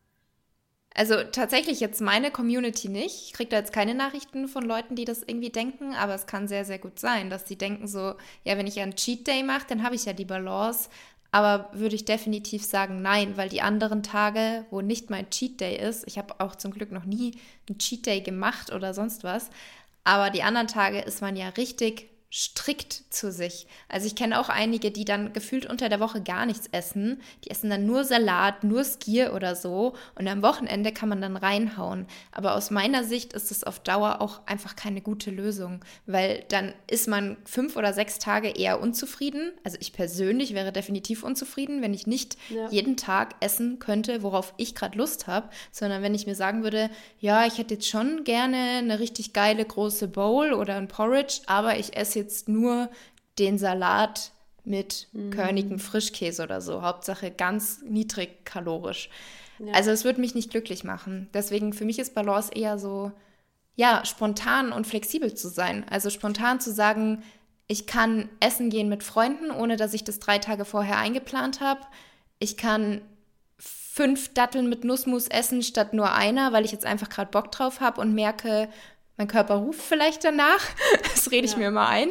Also tatsächlich jetzt meine Community nicht. Ich kriege da jetzt keine Nachrichten von Leuten, die das irgendwie denken, aber es kann sehr, sehr gut sein, dass die denken so, ja, wenn ich einen Cheat Day mache, dann habe ich ja die Balance. Aber würde ich definitiv sagen, nein, weil die anderen Tage, wo nicht mein Cheat Day ist, ich habe auch zum Glück noch nie einen Cheat Day gemacht oder sonst was, aber die anderen Tage ist man ja richtig strikt zu sich. Also ich kenne auch einige, die dann gefühlt unter der Woche gar nichts essen. Die essen dann nur Salat, nur Skier oder so und am Wochenende kann man dann reinhauen. Aber aus meiner Sicht ist es auf Dauer auch einfach keine gute Lösung, weil dann ist man 5 oder 6 Tage eher unzufrieden. Also ich persönlich wäre definitiv unzufrieden, wenn ich nicht jeden Tag essen könnte, worauf ich gerade Lust habe, sondern wenn ich mir sagen würde, ja, ich hätte jetzt schon gerne eine richtig geile große Bowl oder ein Porridge, aber ich esse jetzt nur den Salat mit körnigem Frischkäse oder so. Hauptsache ganz niedrig kalorisch. Ja. Also es würde mich nicht glücklich machen. Deswegen für mich ist Balance eher so, ja, spontan und flexibel zu sein. Also spontan zu sagen, ich kann essen gehen mit Freunden, ohne dass ich das 3 Tage vorher eingeplant habe. Ich kann 5 Datteln mit Nussmus essen statt nur einer, weil ich jetzt einfach gerade Bock drauf habe und merke, mein Körper ruft vielleicht danach, das rede ich mir immer ein,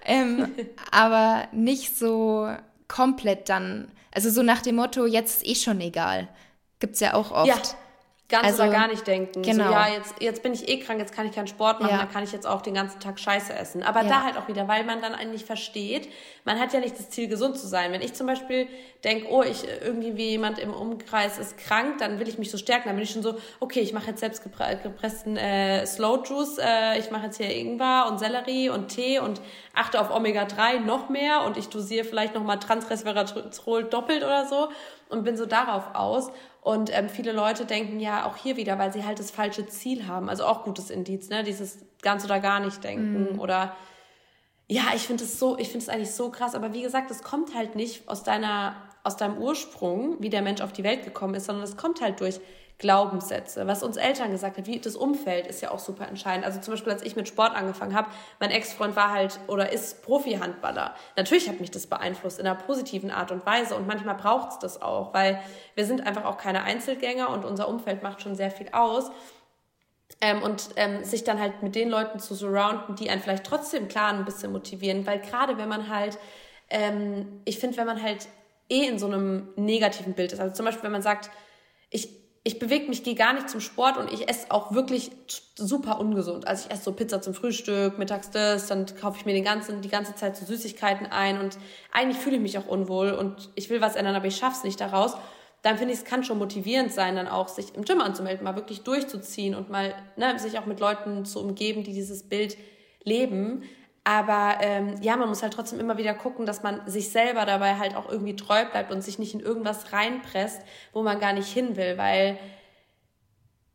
aber nicht so komplett dann, also so nach dem Motto, jetzt ist eh schon egal, gibt's ja auch oft. Ja, ganz oder gar nicht denken. Genau. So, ja, jetzt bin ich eh krank, jetzt kann ich keinen Sport machen, dann kann ich jetzt auch den ganzen Tag Scheiße essen. Aber da halt auch wieder, weil man dann eigentlich versteht, man hat ja nicht das Ziel, gesund zu sein. Wenn ich zum Beispiel denke, irgendwie wie jemand im Umkreis ist krank, dann will ich mich so stärken, dann bin ich schon so, okay, ich mache jetzt selbst gepressten Slow Juice, ich mache jetzt hier Ingwer und Sellerie und Tee und achte auf Omega-3 noch mehr und ich dosiere vielleicht nochmal Transresveratrol doppelt oder so und bin so darauf aus. Und viele Leute denken ja auch hier wieder, weil sie halt das falsche Ziel haben. Also auch gutes Indiz, ne? Dieses ganz oder gar nicht denken. Oder ja, ich finde es eigentlich so krass. Aber wie gesagt, es kommt halt nicht aus deinem Ursprung, wie der Mensch auf die Welt gekommen ist, sondern es kommt halt durch Glaubenssätze, was uns Eltern gesagt haben, wie das Umfeld ist ja auch super entscheidend. Also zum Beispiel, als ich mit Sport angefangen habe, mein Ex-Freund war halt oder ist Profi-Handballer. Natürlich hat mich das beeinflusst in einer positiven Art und Weise und manchmal braucht es das auch, weil wir sind einfach auch keine Einzelgänger und unser Umfeld macht schon sehr viel aus. Sich dann halt mit den Leuten zu surrounden, die einen vielleicht trotzdem klar ein bisschen motivieren, weil gerade wenn man halt, ich finde, wenn man halt in so einem negativen Bild ist, also zum Beispiel, wenn man sagt, ich bewege mich, gehe gar nicht zum Sport und ich esse auch wirklich super ungesund. Also ich esse so Pizza zum Frühstück, mittags das, dann kaufe ich mir die ganze Zeit so Süßigkeiten ein und eigentlich fühle ich mich auch unwohl und ich will was ändern, aber ich schaffe es nicht daraus. Dann finde ich, es kann schon motivierend sein, dann auch sich im Gym anzumelden, mal wirklich durchzuziehen und mal sich auch mit Leuten zu umgeben, die dieses Bild leben. Aber man muss halt trotzdem immer wieder gucken, dass man sich selber dabei halt auch irgendwie treu bleibt und sich nicht in irgendwas reinpresst, wo man gar nicht hin will, weil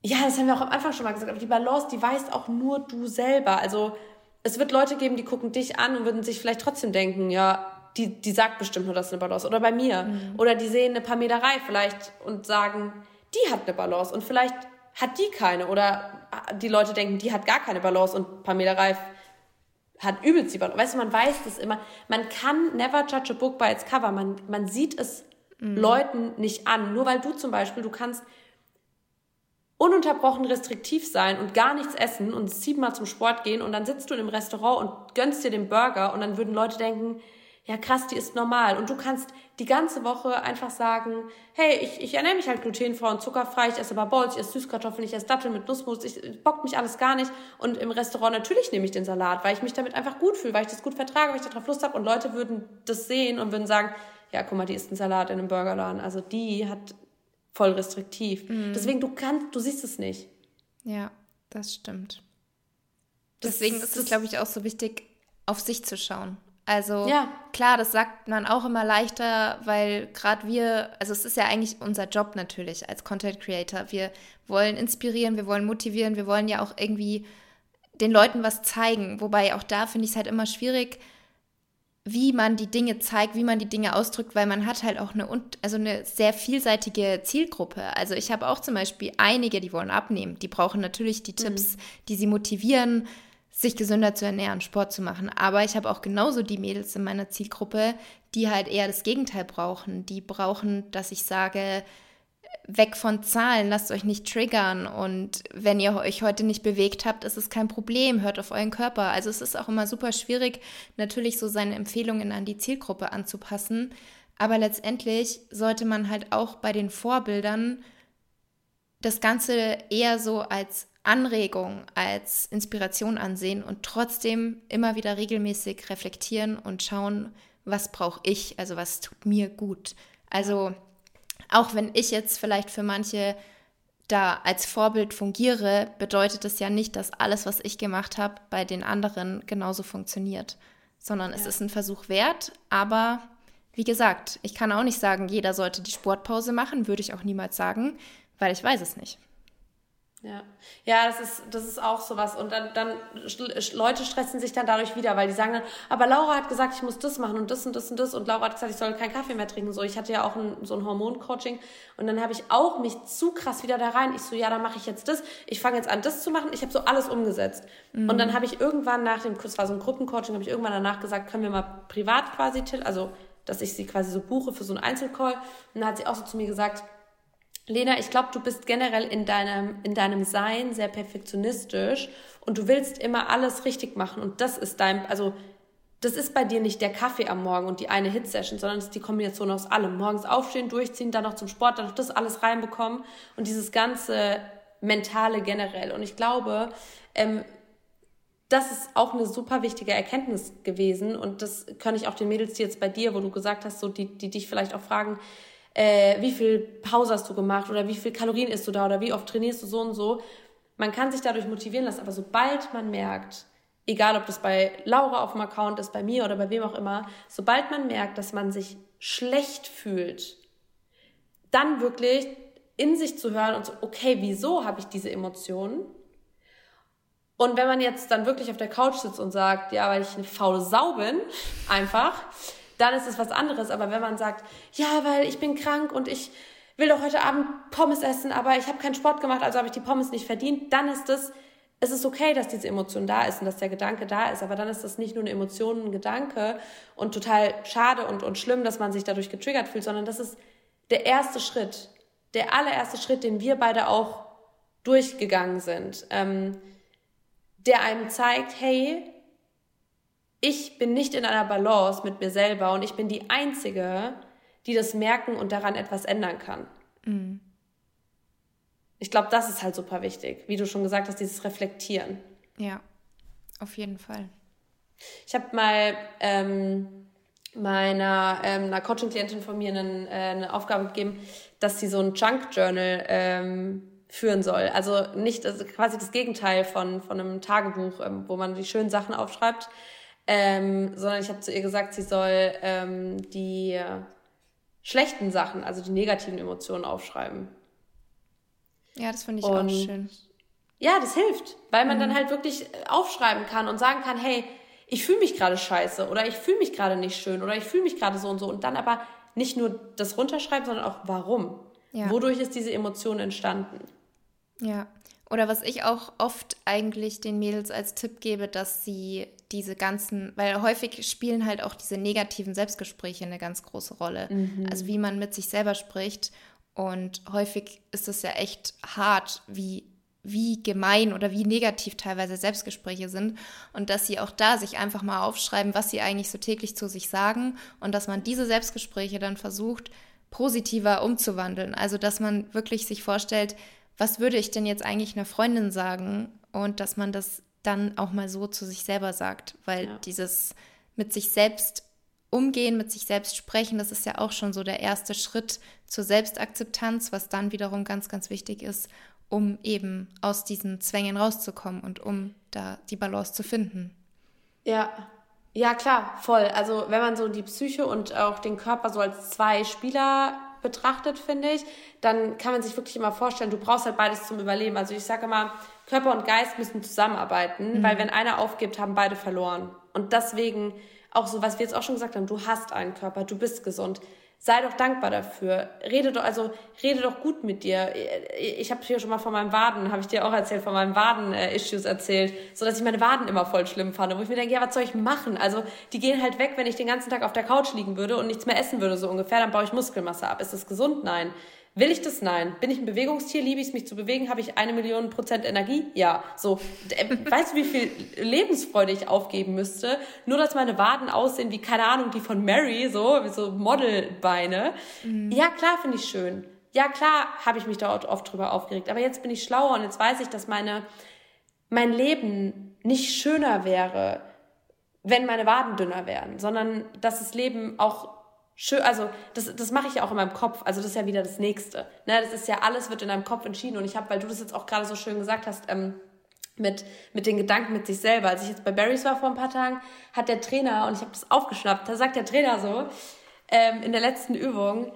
Ja, das haben wir auch am Anfang schon mal gesagt, aber die Balance, die weißt auch nur du selber. Also es wird Leute geben, die gucken dich an und würden sich vielleicht trotzdem denken, ja, die sagt bestimmt nur, das ist eine Balance. Oder bei mir. Oder die sehen eine Pamela Reif vielleicht und sagen, die hat eine Balance und vielleicht hat die keine. Oder die Leute denken, die hat gar keine Balance und Pamela Reif hat übelst die Balance. Weißt du, man weiß das immer. Man kann never judge a book by its cover. Man sieht es Leuten nicht an. Nur weil du zum Beispiel, du kannst ununterbrochen restriktiv sein und gar nichts essen und 7-mal zum Sport gehen und dann sitzt du in einem Restaurant und gönnst dir den Burger und dann würden Leute denken, ja krass, die ist normal. Und du kannst die ganze Woche einfach sagen, hey, ich ernähre mich halt glutenfrei und zuckerfrei, ich esse aber Bowls, ich esse Süßkartoffeln, ich esse Datteln mit Nussmus, ich bockt mich alles gar nicht. Und im Restaurant natürlich nehme ich den Salat, weil ich mich damit einfach gut fühle, weil ich das gut vertrage, weil ich darauf Lust habe. Und Leute würden das sehen und würden sagen, ja, guck mal, die isst einen Salat in einem Burgerladen. Also die hat voll restriktiv. Deswegen, du siehst es nicht. Ja, das stimmt. Deswegen ist es, glaube ich, auch so wichtig, auf sich zu schauen. Also klar, das sagt man auch immer leichter, weil gerade also es ist ja eigentlich unser Job natürlich als Content Creator. Wir wollen inspirieren, wir wollen motivieren, wir wollen ja auch irgendwie den Leuten was zeigen. Wobei auch da finde ich es halt immer schwierig, wie man die Dinge zeigt, wie man die Dinge ausdrückt, weil man hat halt auch eine sehr vielseitige Zielgruppe. Also ich habe auch zum Beispiel einige, die wollen abnehmen. Die brauchen natürlich die Tipps, die sie motivieren, sich gesünder zu ernähren, Sport zu machen. Aber ich habe auch genauso die Mädels in meiner Zielgruppe, die halt eher das Gegenteil brauchen. Die brauchen, dass ich sage, weg von Zahlen, lasst euch nicht triggern. Und wenn ihr euch heute nicht bewegt habt, ist es kein Problem, hört auf euren Körper. Also es ist auch immer super schwierig, natürlich so seine Empfehlungen an die Zielgruppe anzupassen. Aber letztendlich sollte man halt auch bei den Vorbildern das Ganze eher so als Anregung, als Inspiration ansehen und trotzdem immer wieder regelmäßig reflektieren und schauen, was brauche ich, also was tut mir gut. Also auch wenn ich jetzt vielleicht für manche da als Vorbild fungiere, bedeutet das ja nicht, dass alles, was ich gemacht habe, bei den anderen genauso funktioniert, sondern es ist ein Versuch wert, aber wie gesagt, ich kann auch nicht sagen, jeder sollte die Sportpause machen, würde ich auch niemals sagen, weil ich weiß es nicht. Ja, das ist auch sowas. Und dann Leute stressen sich dann dadurch wieder, weil die sagen dann, aber Laura hat gesagt, ich muss das machen und das und das und das. Und Laura hat gesagt, ich soll keinen Kaffee mehr trinken. So, ich hatte ja auch so ein Hormoncoaching. Und dann habe ich auch mich zu krass wieder da rein. Ich so, ja, dann mache ich jetzt das. Ich fange jetzt an, das zu machen. Ich habe so alles umgesetzt. Und dann habe ich irgendwann es war so ein Gruppencoaching, habe ich irgendwann danach gesagt, können wir mal privat quasi, also dass ich sie quasi so buche für so einen Einzelcall. Und dann hat sie auch so zu mir gesagt, Lena, ich glaube, du bist generell in deinem Sein sehr perfektionistisch und du willst immer alles richtig machen und das ist das ist bei dir nicht der Kaffee am Morgen und die eine Hit-Session, sondern das ist die Kombination aus allem. Morgens aufstehen, durchziehen, dann noch zum Sport, dann noch das alles reinbekommen und dieses ganze Mentale generell. Und ich glaube, das ist auch eine super wichtige Erkenntnis gewesen und das kann ich auch den Mädels, die jetzt bei dir, wo du gesagt hast, so die dich vielleicht auch fragen, wie viel Pause hast du gemacht oder wie viel Kalorien isst du da oder wie oft trainierst du so und so. Man kann sich dadurch motivieren lassen, aber sobald man merkt, egal ob das bei Laura auf dem Account ist, bei mir oder bei wem auch immer, sobald man merkt, dass man sich schlecht fühlt, dann wirklich in sich zu hören und so, okay, wieso habe ich diese Emotionen? Und wenn man jetzt dann wirklich auf der Couch sitzt und sagt, ja, weil ich eine faule Sau bin, einfach, dann ist es was anderes. Aber wenn man sagt, ja, weil ich bin krank und ich will doch heute Abend Pommes essen, aber ich habe keinen Sport gemacht, also habe ich die Pommes nicht verdient, dann ist es ist okay, dass diese Emotion da ist und dass der Gedanke da ist, aber dann ist das nicht nur eine Emotion, ein Gedanke und total schade und schlimm, dass man sich dadurch getriggert fühlt, sondern das ist der erste Schritt, der allererste Schritt, den wir beide auch durchgegangen sind, der einem zeigt, hey, ich bin nicht in einer Balance mit mir selber und ich bin die Einzige, die das merken und daran etwas ändern kann. Mhm. Ich glaube, das ist halt super wichtig, wie du schon gesagt hast, dieses Reflektieren. Ja, auf jeden Fall. Ich habe mal einer Coaching-Klientin von mir eine Aufgabe gegeben, dass sie so ein Junk-Journal führen soll. Also quasi das Gegenteil von einem Tagebuch, wo man die schönen Sachen aufschreibt, sondern ich habe zu ihr gesagt, sie soll die schlechten Sachen, also die negativen Emotionen aufschreiben. Ja, das finde ich Und auch schön. ja, das hilft, weil man dann halt wirklich aufschreiben kann und sagen kann, hey, ich fühle mich gerade scheiße oder ich fühle mich gerade nicht schön oder ich fühle mich gerade so und dann aber nicht nur das runterschreiben, sondern auch warum. Ja. Wodurch ist diese Emotion entstanden? Ja. Oder was ich auch oft eigentlich den Mädels als Tipp gebe, dass sie diese ganzen, weil häufig spielen halt auch diese negativen Selbstgespräche eine ganz große Rolle. Also wie man mit sich selber spricht. Und häufig ist es ja echt hart, wie gemein oder wie negativ teilweise Selbstgespräche sind. Und dass sie auch da sich einfach mal aufschreiben, was sie eigentlich so täglich zu sich sagen. Und dass man diese Selbstgespräche dann versucht, positiver umzuwandeln. Also dass man wirklich sich vorstellt, was würde ich denn jetzt eigentlich einer Freundin sagen? Und dass man das dann auch mal so zu sich selber sagt. Weil dieses mit sich selbst umgehen, mit sich selbst sprechen, das ist ja auch schon so der erste Schritt zur Selbstakzeptanz, was dann wiederum ganz, ganz wichtig ist, um eben aus diesen Zwängen rauszukommen und um da die Balance zu finden. Ja, klar, voll. Also wenn man so die Psyche und auch den Körper so als zwei Spieler betrachtet, finde ich, dann kann man sich wirklich immer vorstellen, du brauchst halt beides zum Überleben. Also ich sage immer, Körper und Geist müssen zusammenarbeiten, weil wenn einer aufgibt, haben beide verloren. Und deswegen auch so, was wir jetzt auch schon gesagt haben, du hast einen Körper, du bist gesund. Sei doch dankbar dafür. Rede doch gut mit dir. Ich habe hier schon mal von meinen Waden, habe ich dir auch erzählt, von meinen Waden-Issues erzählt, so dass ich meine Waden immer voll schlimm fand. Wo ich mir denke, ja, was soll ich machen? Also die gehen halt weg, wenn ich den ganzen Tag auf der Couch liegen würde und nichts mehr essen würde, so ungefähr, dann baue ich Muskelmasse ab. Ist das gesund? Nein. Will ich das? Nein. Bin ich ein Bewegungstier? Liebe ich es, mich zu bewegen? Habe ich 1.000.000% Energie? Ja. So, weißt du, wie viel Lebensfreude ich aufgeben müsste? Nur, dass meine Waden aussehen wie, keine Ahnung, die von Mary, so, wie so Modelbeine. Ja, klar, finde ich schön. Ja, klar, habe ich mich da oft drüber aufgeregt. Aber jetzt bin ich schlauer und jetzt weiß ich, dass mein Leben nicht schöner wäre, wenn meine Waden dünner wären, sondern dass das Leben auch schön, also das mache ich ja auch in meinem Kopf, also das ist ja wieder das Nächste. Ne? Das ist ja, alles wird in deinem Kopf entschieden und ich habe, weil du das jetzt auch gerade so schön gesagt hast, mit den Gedanken mit sich selber. Als ich jetzt bei Barry's war vor ein paar Tagen, hat der Trainer, und ich habe das aufgeschnappt, da sagt der Trainer so, in der letzten Übung,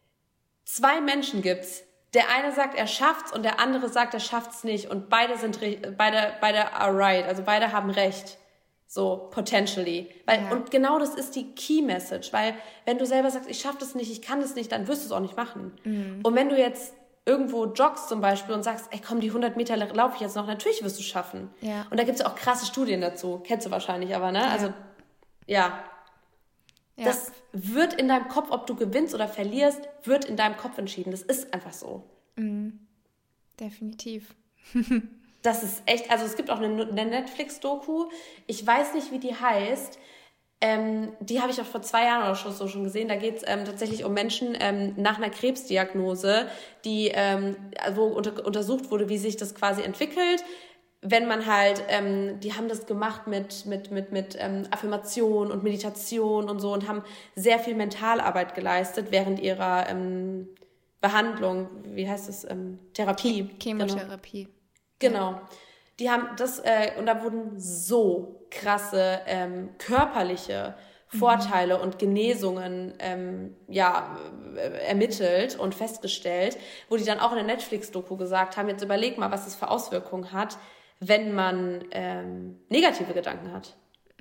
2 Menschen gibt's. Der eine sagt, er schafft's und der andere sagt, er schafft's nicht und beide are right, also beide haben recht. So, potentially. Und genau das ist die Key Message, weil wenn du selber sagst, ich schaffe das nicht, ich kann das nicht, dann wirst du es auch nicht machen. Und wenn du jetzt irgendwo joggst zum Beispiel und sagst, ey komm, die 100 Meter laufe ich jetzt noch, natürlich wirst du es schaffen. Ja. Und da gibt es auch krasse Studien dazu, kennst du wahrscheinlich aber, ne? Ja. Also, ja. Das wird in deinem Kopf, ob du gewinnst oder verlierst, wird in deinem Kopf entschieden. Das ist einfach so. Definitiv. Das ist echt, also es gibt auch eine Netflix-Doku, ich weiß nicht, wie die heißt, die habe ich auch vor 2 Jahren oder so schon gesehen, da geht es tatsächlich um Menschen nach einer Krebsdiagnose, die wo untersucht wurde, wie sich das quasi entwickelt, wenn man halt, die haben das gemacht mit Affirmation und Meditation und so und haben sehr viel Mentalarbeit geleistet während ihrer Behandlung, wie heißt das, Therapie. Chemotherapie. Genau. Die haben das, und da wurden so krasse körperliche Vorteile und Genesungen ermittelt und festgestellt, wo die dann auch in der Netflix-Doku gesagt haben, jetzt überleg mal, was es für Auswirkungen hat, wenn man negative Gedanken hat.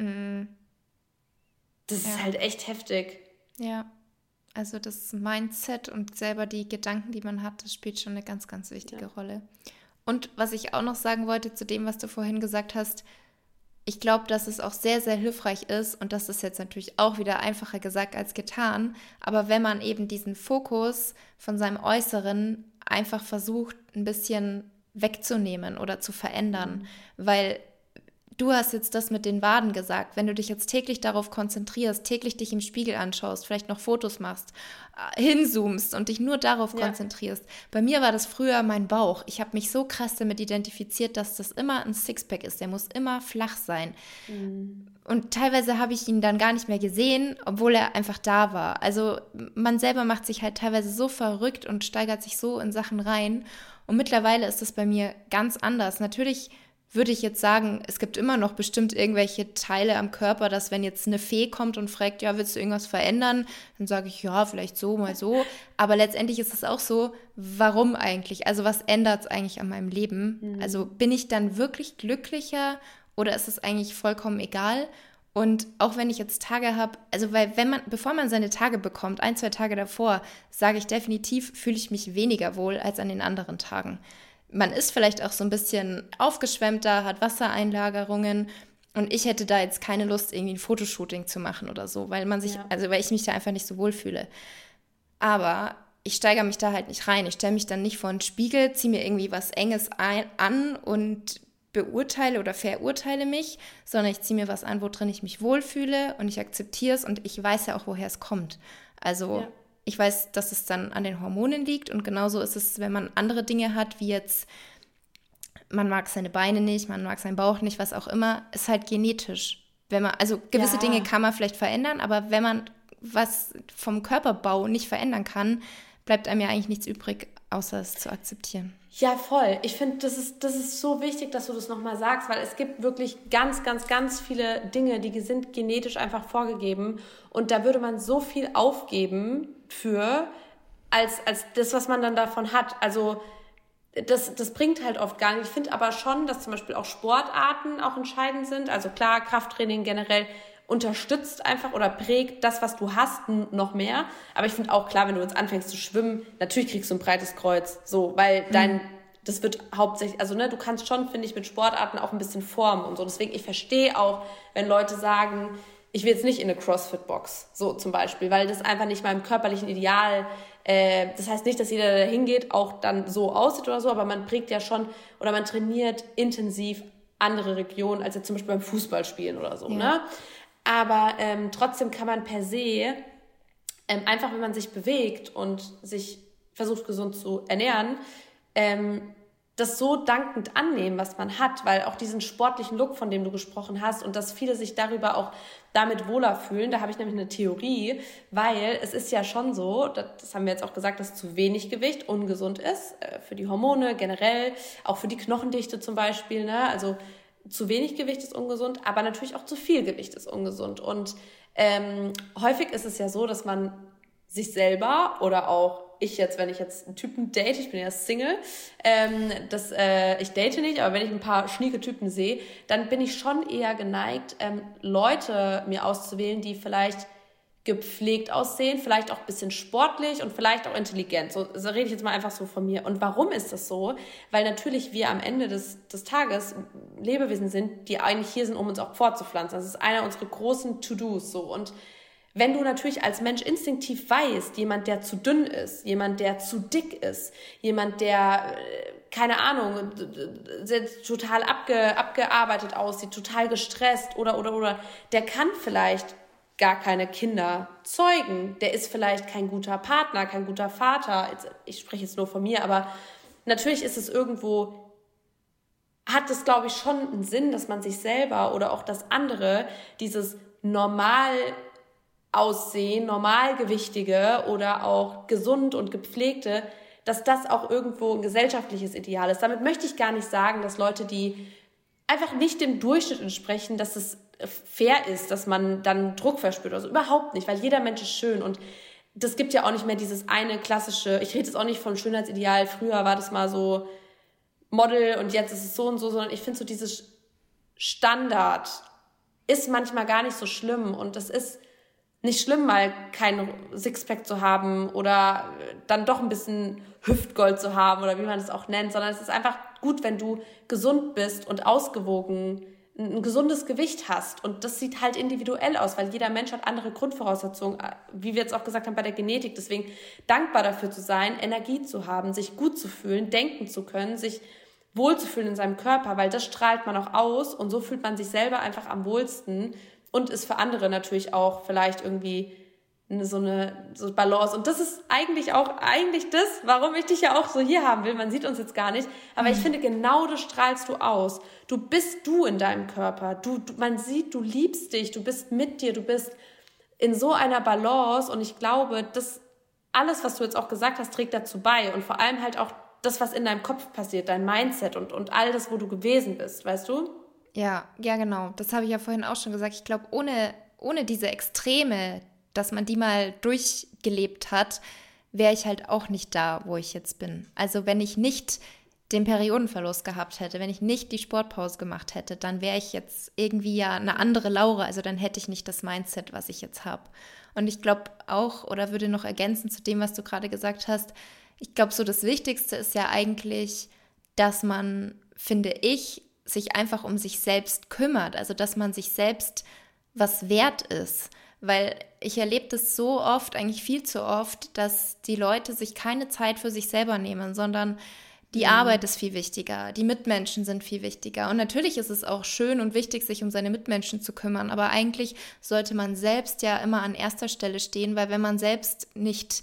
Das ist halt echt heftig. Ja, also das Mindset und selber die Gedanken, die man hat, das spielt schon eine ganz, ganz wichtige Rolle. Und was ich auch noch sagen wollte zu dem, was du vorhin gesagt hast, ich glaube, dass es auch sehr, sehr hilfreich ist und das ist jetzt natürlich auch wieder einfacher gesagt als getan, aber wenn man eben diesen Fokus von seinem Äußeren einfach versucht, ein bisschen wegzunehmen oder zu verändern, weil du hast jetzt das mit den Waden gesagt, wenn du dich jetzt täglich darauf konzentrierst, täglich dich im Spiegel anschaust, vielleicht noch Fotos machst, hinzoomst und dich nur darauf konzentrierst. Bei mir war das früher mein Bauch. Ich habe mich so krass damit identifiziert, dass das immer ein Sixpack ist. Der muss immer flach sein. Und teilweise habe ich ihn dann gar nicht mehr gesehen, obwohl er einfach da war. Also man selber macht sich halt teilweise so verrückt und steigert sich so in Sachen rein. Und mittlerweile ist das bei mir ganz anders. Natürlich würde ich jetzt sagen, es gibt immer noch bestimmt irgendwelche Teile am Körper, dass wenn jetzt eine Fee kommt und fragt, ja, willst du irgendwas verändern? Dann sage ich, ja, vielleicht so, mal so. Aber letztendlich ist es auch so, warum eigentlich? Also was ändert es eigentlich an meinem Leben? Also bin ich dann wirklich glücklicher oder ist es eigentlich vollkommen egal? Und auch wenn ich jetzt Tage habe, also weil bevor man seine Tage bekommt, 1, 2 Tage davor, sage ich definitiv, fühle ich mich weniger wohl als an den anderen Tagen. Man ist vielleicht auch so ein bisschen aufgeschwemmter, hat Wassereinlagerungen und ich hätte da jetzt keine Lust, irgendwie ein Fotoshooting zu machen oder so, weil weil ich mich da einfach nicht so wohl fühle. Aber ich steigere mich da halt nicht rein. Ich stelle mich dann nicht vor einen Spiegel, ziehe mir irgendwie was Enges an und beurteile oder verurteile mich, sondern ich ziehe mir was an, wo drin ich mich wohlfühle und ich akzeptiere es und ich weiß ja auch, woher es kommt. Also ich weiß, dass es dann an den Hormonen liegt und genauso ist es, wenn man andere Dinge hat, wie jetzt, man mag seine Beine nicht, man mag seinen Bauch nicht, was auch immer, ist halt genetisch. Also gewisse Dinge kann man vielleicht verändern, aber wenn man was vom Körperbau nicht verändern kann, bleibt einem ja eigentlich nichts übrig, außer es zu akzeptieren. Ja, voll. Ich finde, das ist so wichtig, dass du das nochmal sagst, weil es gibt wirklich ganz, ganz, ganz viele Dinge, die sind genetisch einfach vorgegeben und da würde man so viel aufgeben für, als das, was man dann davon hat. Also das bringt halt oft gar nicht. Ich finde aber schon, dass zum Beispiel auch Sportarten auch entscheidend sind. Also klar, Krafttraining generell unterstützt einfach oder prägt das, was du hast, noch mehr. Aber ich finde auch klar, wenn du jetzt anfängst zu schwimmen, natürlich kriegst du ein breites Kreuz, so, weil das wird hauptsächlich, also du kannst schon, finde ich, mit Sportarten auch ein bisschen formen und so. Deswegen, ich verstehe auch, wenn Leute sagen, ich will jetzt nicht in eine CrossFit-Box, so zum Beispiel, weil das einfach nicht meinem körperlichen Ideal, das heißt nicht, dass jeder, der da hingeht, auch dann so aussieht oder so, aber man prägt ja schon oder man trainiert intensiv andere Regionen, als jetzt zum Beispiel beim Fußballspielen oder so, ne? Aber trotzdem kann man per se, einfach wenn man sich bewegt und sich versucht gesund zu ernähren, das so dankend annehmen, was man hat, weil auch diesen sportlichen Look, von dem du gesprochen hast und dass viele sich darüber auch damit wohler fühlen, da habe ich nämlich eine Theorie, weil es ist ja schon so, das haben wir jetzt auch gesagt, dass zu wenig Gewicht ungesund ist, für die Hormone generell, auch für die Knochendichte zum Beispiel, ne? Also zu wenig Gewicht ist ungesund, aber natürlich auch zu viel Gewicht ist ungesund. Und häufig ist es ja so, dass man sich selber oder auch ich jetzt, wenn ich jetzt einen Typen date, ich bin ja Single, ich date nicht, aber wenn ich ein paar schnieke Typen sehe, dann bin ich schon eher geneigt, Leute mir auszuwählen, die vielleicht gepflegt aussehen, vielleicht auch ein bisschen sportlich und vielleicht auch intelligent. So rede ich jetzt mal einfach so von mir. Und warum ist das so? Weil natürlich wir am Ende des Tages Lebewesen sind, die eigentlich hier sind, um uns auch fortzupflanzen. Das ist einer unserer großen To-Dos. So. Und wenn du natürlich als Mensch instinktiv weißt, jemand, der zu dünn ist, jemand, der zu dick ist, jemand, der, keine Ahnung, total abgearbeitet aussieht, total gestresst oder, der kann vielleicht gar keine Kinder zeugen. Der ist vielleicht kein guter Partner, kein guter Vater. Ich spreche jetzt nur von mir, aber natürlich ist es irgendwo, hat es, glaube ich, schon einen Sinn, dass man sich selber oder auch das andere, dieses normal Aussehen, normalgewichtige oder auch gesund und gepflegte, dass das auch irgendwo ein gesellschaftliches Ideal ist. Damit möchte ich gar nicht sagen, dass Leute, die einfach nicht dem Durchschnitt entsprechen, dass es fair ist, dass man dann Druck verspürt. Also überhaupt nicht, weil jeder Mensch ist schön und das gibt ja auch nicht mehr dieses eine klassische, ich rede jetzt auch nicht von Schönheitsideal, früher war das mal so Model und jetzt ist es so und so, sondern ich finde so dieses Standard ist manchmal gar nicht so schlimm und das ist nicht schlimm, mal kein Sixpack zu haben oder dann doch ein bisschen Hüftgold zu haben oder wie man es auch nennt, sondern es ist einfach gut, wenn du gesund bist und ausgewogen ein gesundes Gewicht hast. Und das sieht halt individuell aus, weil jeder Mensch hat andere Grundvoraussetzungen, wie wir jetzt auch gesagt haben bei der Genetik. Deswegen dankbar dafür zu sein, Energie zu haben, sich gut zu fühlen, denken zu können, sich wohlzufühlen in seinem Körper, weil das strahlt man auch aus und so fühlt man sich selber einfach am wohlsten und ist für andere natürlich auch vielleicht irgendwie so Balance. Und das ist eigentlich das, warum ich dich ja auch so hier haben will. Man sieht uns jetzt gar nicht. Aber ich finde, genau das strahlst du aus. Du bist du in deinem Körper. Man sieht, du liebst dich, du bist mit dir, du bist in so einer Balance. Und ich glaube, das alles, was du jetzt auch gesagt hast, trägt dazu bei. Und vor allem halt auch das, was in deinem Kopf passiert, dein Mindset und all das, wo du gewesen bist, weißt du? Ja, genau. Das habe ich ja vorhin auch schon gesagt. Ich glaube, ohne diese Extreme, dass man die mal durchgelebt hat, wäre ich halt auch nicht da, wo ich jetzt bin. Also wenn ich nicht den Periodenverlust gehabt hätte, wenn ich nicht die Sportpause gemacht hätte, dann wäre ich jetzt irgendwie ja eine andere Laura. Also dann hätte ich nicht das Mindset, was ich jetzt habe. Und ich glaube auch, oder würde noch ergänzen zu dem, was du gerade gesagt hast, ich glaube, so das Wichtigste ist ja eigentlich, dass man, finde ich, sich einfach um sich selbst kümmert. Also dass man sich selbst was wert ist. Weil ich erlebe das so oft, eigentlich viel zu oft, dass die Leute sich keine Zeit für sich selber nehmen, sondern die Arbeit ist viel wichtiger, die Mitmenschen sind viel wichtiger. Und natürlich ist es auch schön und wichtig, sich um seine Mitmenschen zu kümmern, aber eigentlich sollte man selbst ja immer an erster Stelle stehen, weil wenn man selbst nicht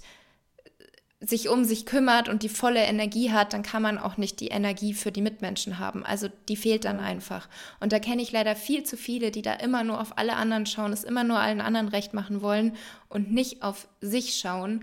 sich um sich kümmert und die volle Energie hat, dann kann man auch nicht die Energie für die Mitmenschen haben. Also die fehlt dann einfach. Und da kenne ich leider viel zu viele, die da immer nur auf alle anderen schauen, es immer nur allen anderen recht machen wollen und nicht auf sich schauen.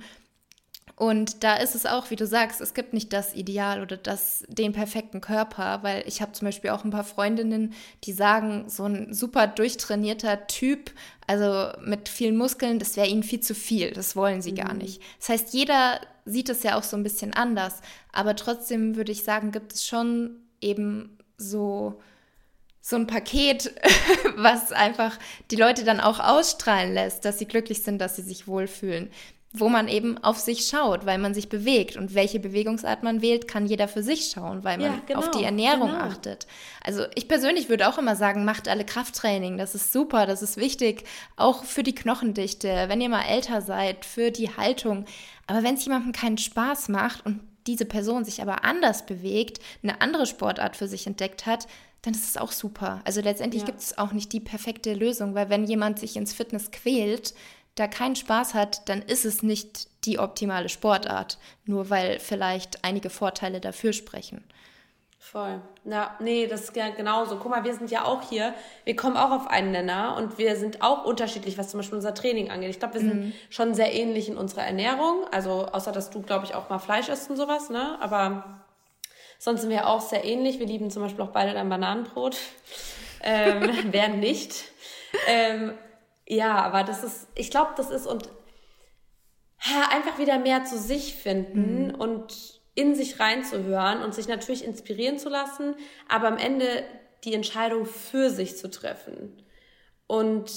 Und da ist es auch, wie du sagst, es gibt nicht das Ideal oder den perfekten Körper, weil ich habe zum Beispiel auch ein paar Freundinnen, die sagen, so ein super durchtrainierter Typ, also mit vielen Muskeln, das wäre ihnen viel zu viel, das wollen sie gar nicht. Das heißt, jeder sieht es ja auch so ein bisschen anders, aber trotzdem würde ich sagen, gibt es schon eben so ein Paket, was einfach die Leute dann auch ausstrahlen lässt, dass sie glücklich sind, dass sie sich wohlfühlen, wo man eben auf sich schaut, weil man sich bewegt. Und welche Bewegungsart man wählt, kann jeder für sich schauen, weil man auf die Ernährung achtet. Also ich persönlich würde auch immer sagen, macht alle Krafttraining. Das ist super, das ist wichtig, auch für die Knochendichte, wenn ihr mal älter seid, für die Haltung. Aber wenn es jemandem keinen Spaß macht und diese Person sich aber anders bewegt, eine andere Sportart für sich entdeckt hat, dann ist es auch super. Also letztendlich gibt es auch nicht die perfekte Lösung, weil wenn jemand sich ins Fitness quält, da keinen Spaß hat, dann ist es nicht die optimale Sportart, nur weil vielleicht einige Vorteile dafür sprechen. Voll. Ja, nee, das ist genauso. Guck mal, wir sind ja auch hier, wir kommen auch auf einen Nenner und wir sind auch unterschiedlich, was zum Beispiel unser Training angeht. Ich glaube, wir sind schon sehr ähnlich in unserer Ernährung, also außer, dass du, glaube ich, auch mal Fleisch isst und sowas, ne, aber sonst sind wir auch sehr ähnlich. Wir lieben zum Beispiel auch beide dein Bananenbrot. Wer nicht? Ja, aber das ist, ich glaube, das ist und einfach wieder mehr zu sich finden und in sich reinzuhören und sich natürlich inspirieren zu lassen, aber am Ende die Entscheidung für sich zu treffen. Und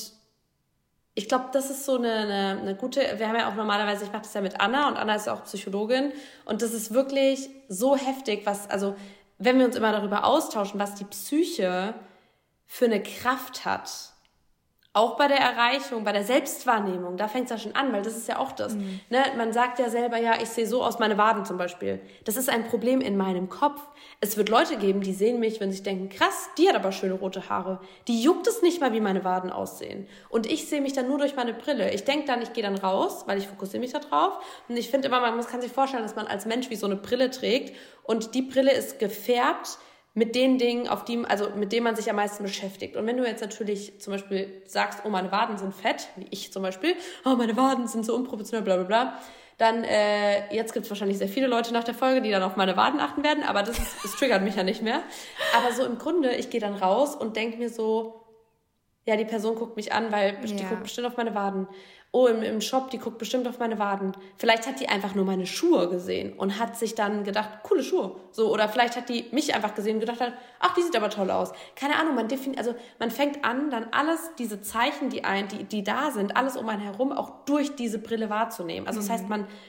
ich glaube, das ist so eine gute, wir haben ja auch normalerweise, ich mache das ja mit Anna und Anna ist ja auch Psychologin und das ist wirklich so heftig, also wenn wir uns immer darüber austauschen, was die Psyche für eine Kraft hat, auch bei der Erreichung, bei der Selbstwahrnehmung, da fängt es ja schon an, weil das ist ja auch das. Ne? Man sagt ja selber, ja, ich sehe so aus, meine Waden zum Beispiel. Das ist ein Problem in meinem Kopf. Es wird Leute geben, die sehen mich, wenn sie denken, krass, die hat aber schöne rote Haare. Die juckt es nicht mal, wie meine Waden aussehen. Und ich sehe mich dann nur durch meine Brille. Ich denke dann, ich gehe dann raus, weil ich fokussiere mich da drauf. Und ich finde immer, man kann sich vorstellen, dass man als Mensch wie so eine Brille trägt. Und die Brille ist gefärbt mit den Dingen, mit denen man sich am meisten beschäftigt. Und wenn du jetzt natürlich zum Beispiel sagst, oh, meine Waden sind fett, wie ich zum Beispiel, oh, meine Waden sind so unproportional, bla bla bla, dann, jetzt gibt es wahrscheinlich sehr viele Leute nach der Folge, die dann auf meine Waden achten werden, aber das triggert mich ja nicht mehr. Aber so im Grunde, ich gehe dann raus und denke mir so, ja, die Person guckt mich an, weil die guckt bestimmt auf meine Waden. Oh, im Shop, die guckt bestimmt auf meine Waden. Vielleicht hat die einfach nur meine Schuhe gesehen und hat sich dann gedacht, coole Schuhe. So, oder vielleicht hat die mich einfach gesehen und gedacht, ach, die sieht aber toll aus. Keine Ahnung, man fängt an, dann alles, diese Zeichen, die da sind, alles um einen herum auch durch diese Brille wahrzunehmen. Also das heißt,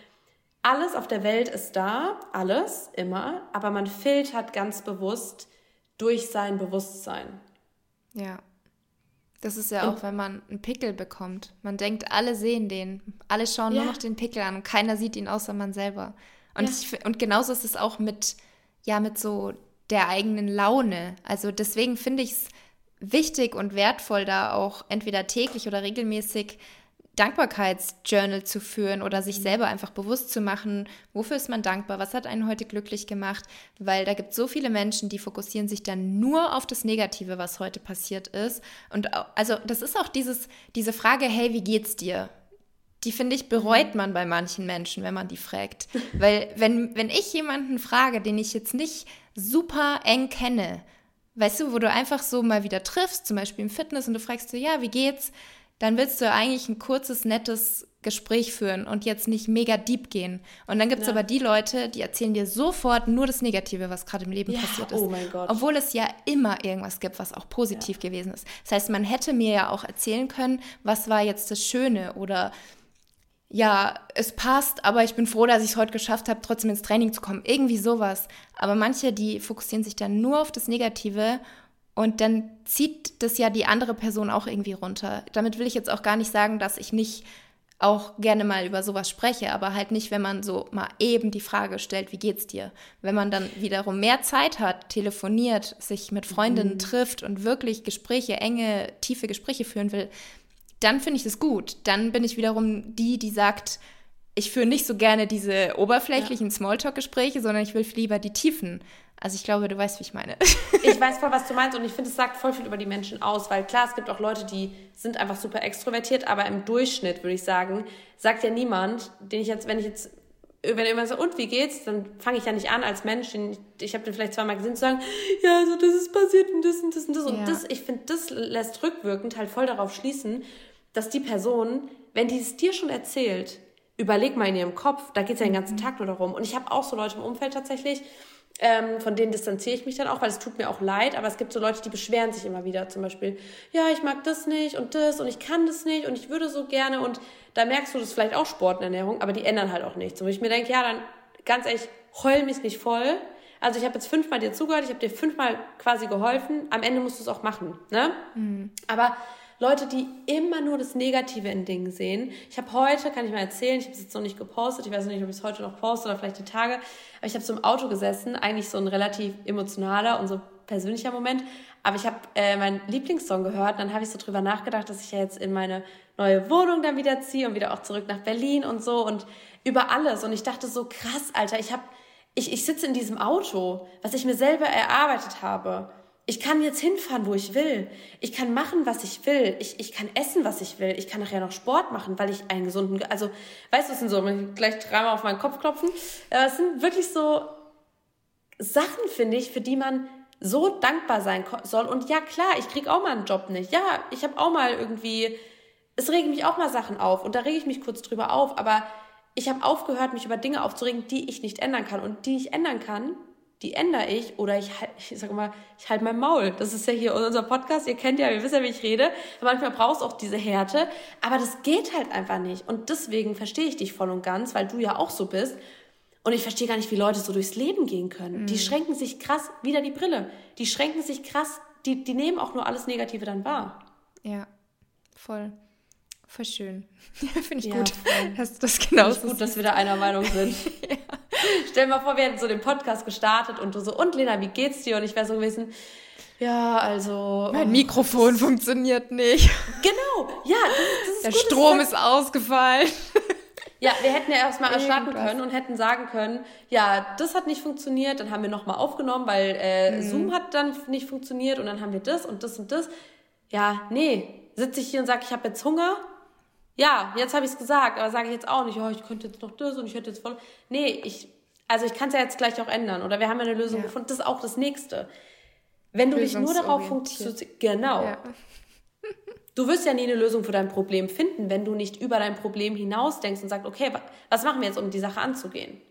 alles auf der Welt ist da, alles, immer, aber man filtert ganz bewusst durch sein Bewusstsein. Ja. Das ist ja auch, wenn man einen Pickel bekommt. Man denkt, alle sehen den. Alle schauen nur noch den Pickel an und keiner sieht ihn außer man selber. Und genauso ist es auch mit so der eigenen Laune. Also deswegen finde ich es wichtig und wertvoll, da auch entweder täglich oder regelmäßig Dankbarkeitsjournal zu führen oder sich selber einfach bewusst zu machen, wofür ist man dankbar, was hat einen heute glücklich gemacht, weil da gibt es so viele Menschen, die fokussieren sich dann nur auf das Negative, was heute passiert ist. Und also das ist auch diese Frage, hey, wie geht's dir? die, finde ich, bereut man bei manchen Menschen, wenn man die fragt. Weil wenn ich jemanden frage, den ich jetzt nicht super eng kenne, weißt du, wo du einfach so mal wieder triffst, zum Beispiel im Fitness, und du fragst so, ja, wie geht's? Dann willst du eigentlich ein kurzes, nettes Gespräch führen und jetzt nicht mega deep gehen. Und dann gibt es aber die Leute, die erzählen dir sofort nur das Negative, was gerade im Leben passiert ist. Oh mein Gott. Obwohl es ja immer irgendwas gibt, was auch positiv gewesen ist. Das heißt, man hätte mir ja auch erzählen können, was war jetzt das Schöne oder ja, es passt, aber ich bin froh, dass ich es heute geschafft habe, trotzdem ins Training zu kommen. Irgendwie sowas. Aber manche, die fokussieren sich dann nur auf das Negative und dann zieht das ja die andere Person auch irgendwie runter. Damit will ich jetzt auch gar nicht sagen, dass ich nicht auch gerne mal über sowas spreche, aber halt nicht, wenn man so mal eben die Frage stellt, wie geht's dir? Wenn man dann wiederum mehr Zeit hat, telefoniert, sich mit Freundinnen trifft und wirklich Gespräche, enge, tiefe Gespräche führen will, dann finde ich das gut. Dann bin ich wiederum die sagt, ich führe nicht so gerne diese oberflächlichen Smalltalk-Gespräche, sondern ich will lieber die Tiefen. Also ich glaube, du weißt, wie ich meine. Ich weiß voll, was du meinst, und ich finde, es sagt voll viel über die Menschen aus, weil klar, es gibt auch Leute, die sind einfach super extrovertiert, aber im Durchschnitt, würde ich sagen, sagt ja niemand, wenn jemand sagt, und wie geht's, dann fange ich ja nicht an als Mensch, ich habe den vielleicht zweimal gesehen, zu sagen, ja, so das ist passiert und das und das und das. Und das, ich finde, das lässt rückwirkend halt voll darauf schließen, dass die Person, wenn die es dir schon erzählt, überleg mal in ihrem Kopf, da geht es ja den ganzen Tag nur darum. Und ich habe auch so Leute im Umfeld tatsächlich, von denen distanziere ich mich dann auch, weil es tut mir auch leid, aber es gibt so Leute, die beschweren sich immer wieder, zum Beispiel, ja, ich mag das nicht und ich kann das nicht und ich würde so gerne, und da merkst du, das ist vielleicht auch Sport und Ernährung, aber die ändern halt auch nichts. Und ich mir denke, ja, dann ganz ehrlich, heul mich nicht voll. Also ich habe jetzt 5-mal dir zugehört, ich habe dir 5-mal quasi geholfen, am Ende musst du es auch machen, ne? Aber Leute, die immer nur das Negative in Dingen sehen. Ich habe heute, kann ich mal erzählen, ich habe es jetzt noch nicht gepostet, ich weiß nicht, ob ich es heute noch poste oder vielleicht die Tage, aber ich habe so im Auto gesessen, eigentlich so ein relativ emotionaler und so persönlicher Moment, aber ich habe meinen Lieblingssong gehört und dann habe ich so drüber nachgedacht, dass ich ja jetzt in meine neue Wohnung dann wieder ziehe und wieder auch zurück nach Berlin und so und über alles, und ich dachte so, krass, Alter, ich sitze in diesem Auto, was ich mir selber erarbeitet habe. Ich kann jetzt hinfahren, wo ich will. Ich kann machen, was ich will. Ich kann essen, was ich will. Ich kann nachher noch Sport machen, weil ich einen gesunden... Also, weißt du, es sind so... Ich gleich 3-mal auf meinen Kopf klopfen. Aber es sind wirklich so Sachen, finde ich, für die man so dankbar sein soll. Und ja, klar, ich kriege auch mal einen Job nicht. Ja, ich habe auch mal irgendwie... Es regen mich auch mal Sachen auf. Und da rege ich mich kurz drüber auf. Aber ich habe aufgehört, mich über Dinge aufzuregen, die ich nicht ändern kann. Und die ich ändern kann, die ändere ich, oder ich sage mal, ich halte mein Maul. Das ist ja hier unser Podcast, ihr kennt ja, ihr wisst ja, wie ich rede. Manchmal brauchst du auch diese Härte, aber das geht halt einfach nicht. Und deswegen verstehe ich dich voll und ganz, weil du ja auch so bist. Und ich verstehe gar nicht, wie Leute so durchs Leben gehen können. Die schränken sich krass, wieder die Brille, die schränken sich krass, die nehmen auch nur alles Negative dann wahr. Ja, voll. Voll schön. Finde ich Ja, gut, voll. dass du das genauso Finde ich gut, dass wir da einer Meinung sind. Stell dir mal vor, wir hätten so den Podcast gestartet und du so, und Lena, wie geht's dir? Und ich wäre so gewesen, ja, also... Mein Mikrofon funktioniert nicht. Genau, ja, das ist Der gut, Strom ist ausgefallen. Ja, wir hätten ja erstmal starten können und hätten sagen können, ja, das hat nicht funktioniert, dann haben wir nochmal aufgenommen, weil Zoom hat dann nicht funktioniert und dann haben wir das und das und das. Ja, nee, sitze ich hier und sage, ich habe jetzt Hunger. Ja, jetzt habe ich es gesagt, aber sage ich jetzt auch nicht, oh, ich könnte jetzt noch das und ich hätte jetzt voll... Nee, ich kann es ja jetzt gleich auch ändern. Oder wir haben ja eine Lösung gefunden. Das ist auch das Nächste. Wenn du dich nur darauf fokussierst... Genau. Ja. Du wirst ja nie eine Lösung für dein Problem finden, wenn du nicht über dein Problem hinaus denkst und sagst, okay, was machen wir jetzt, um die Sache anzugehen?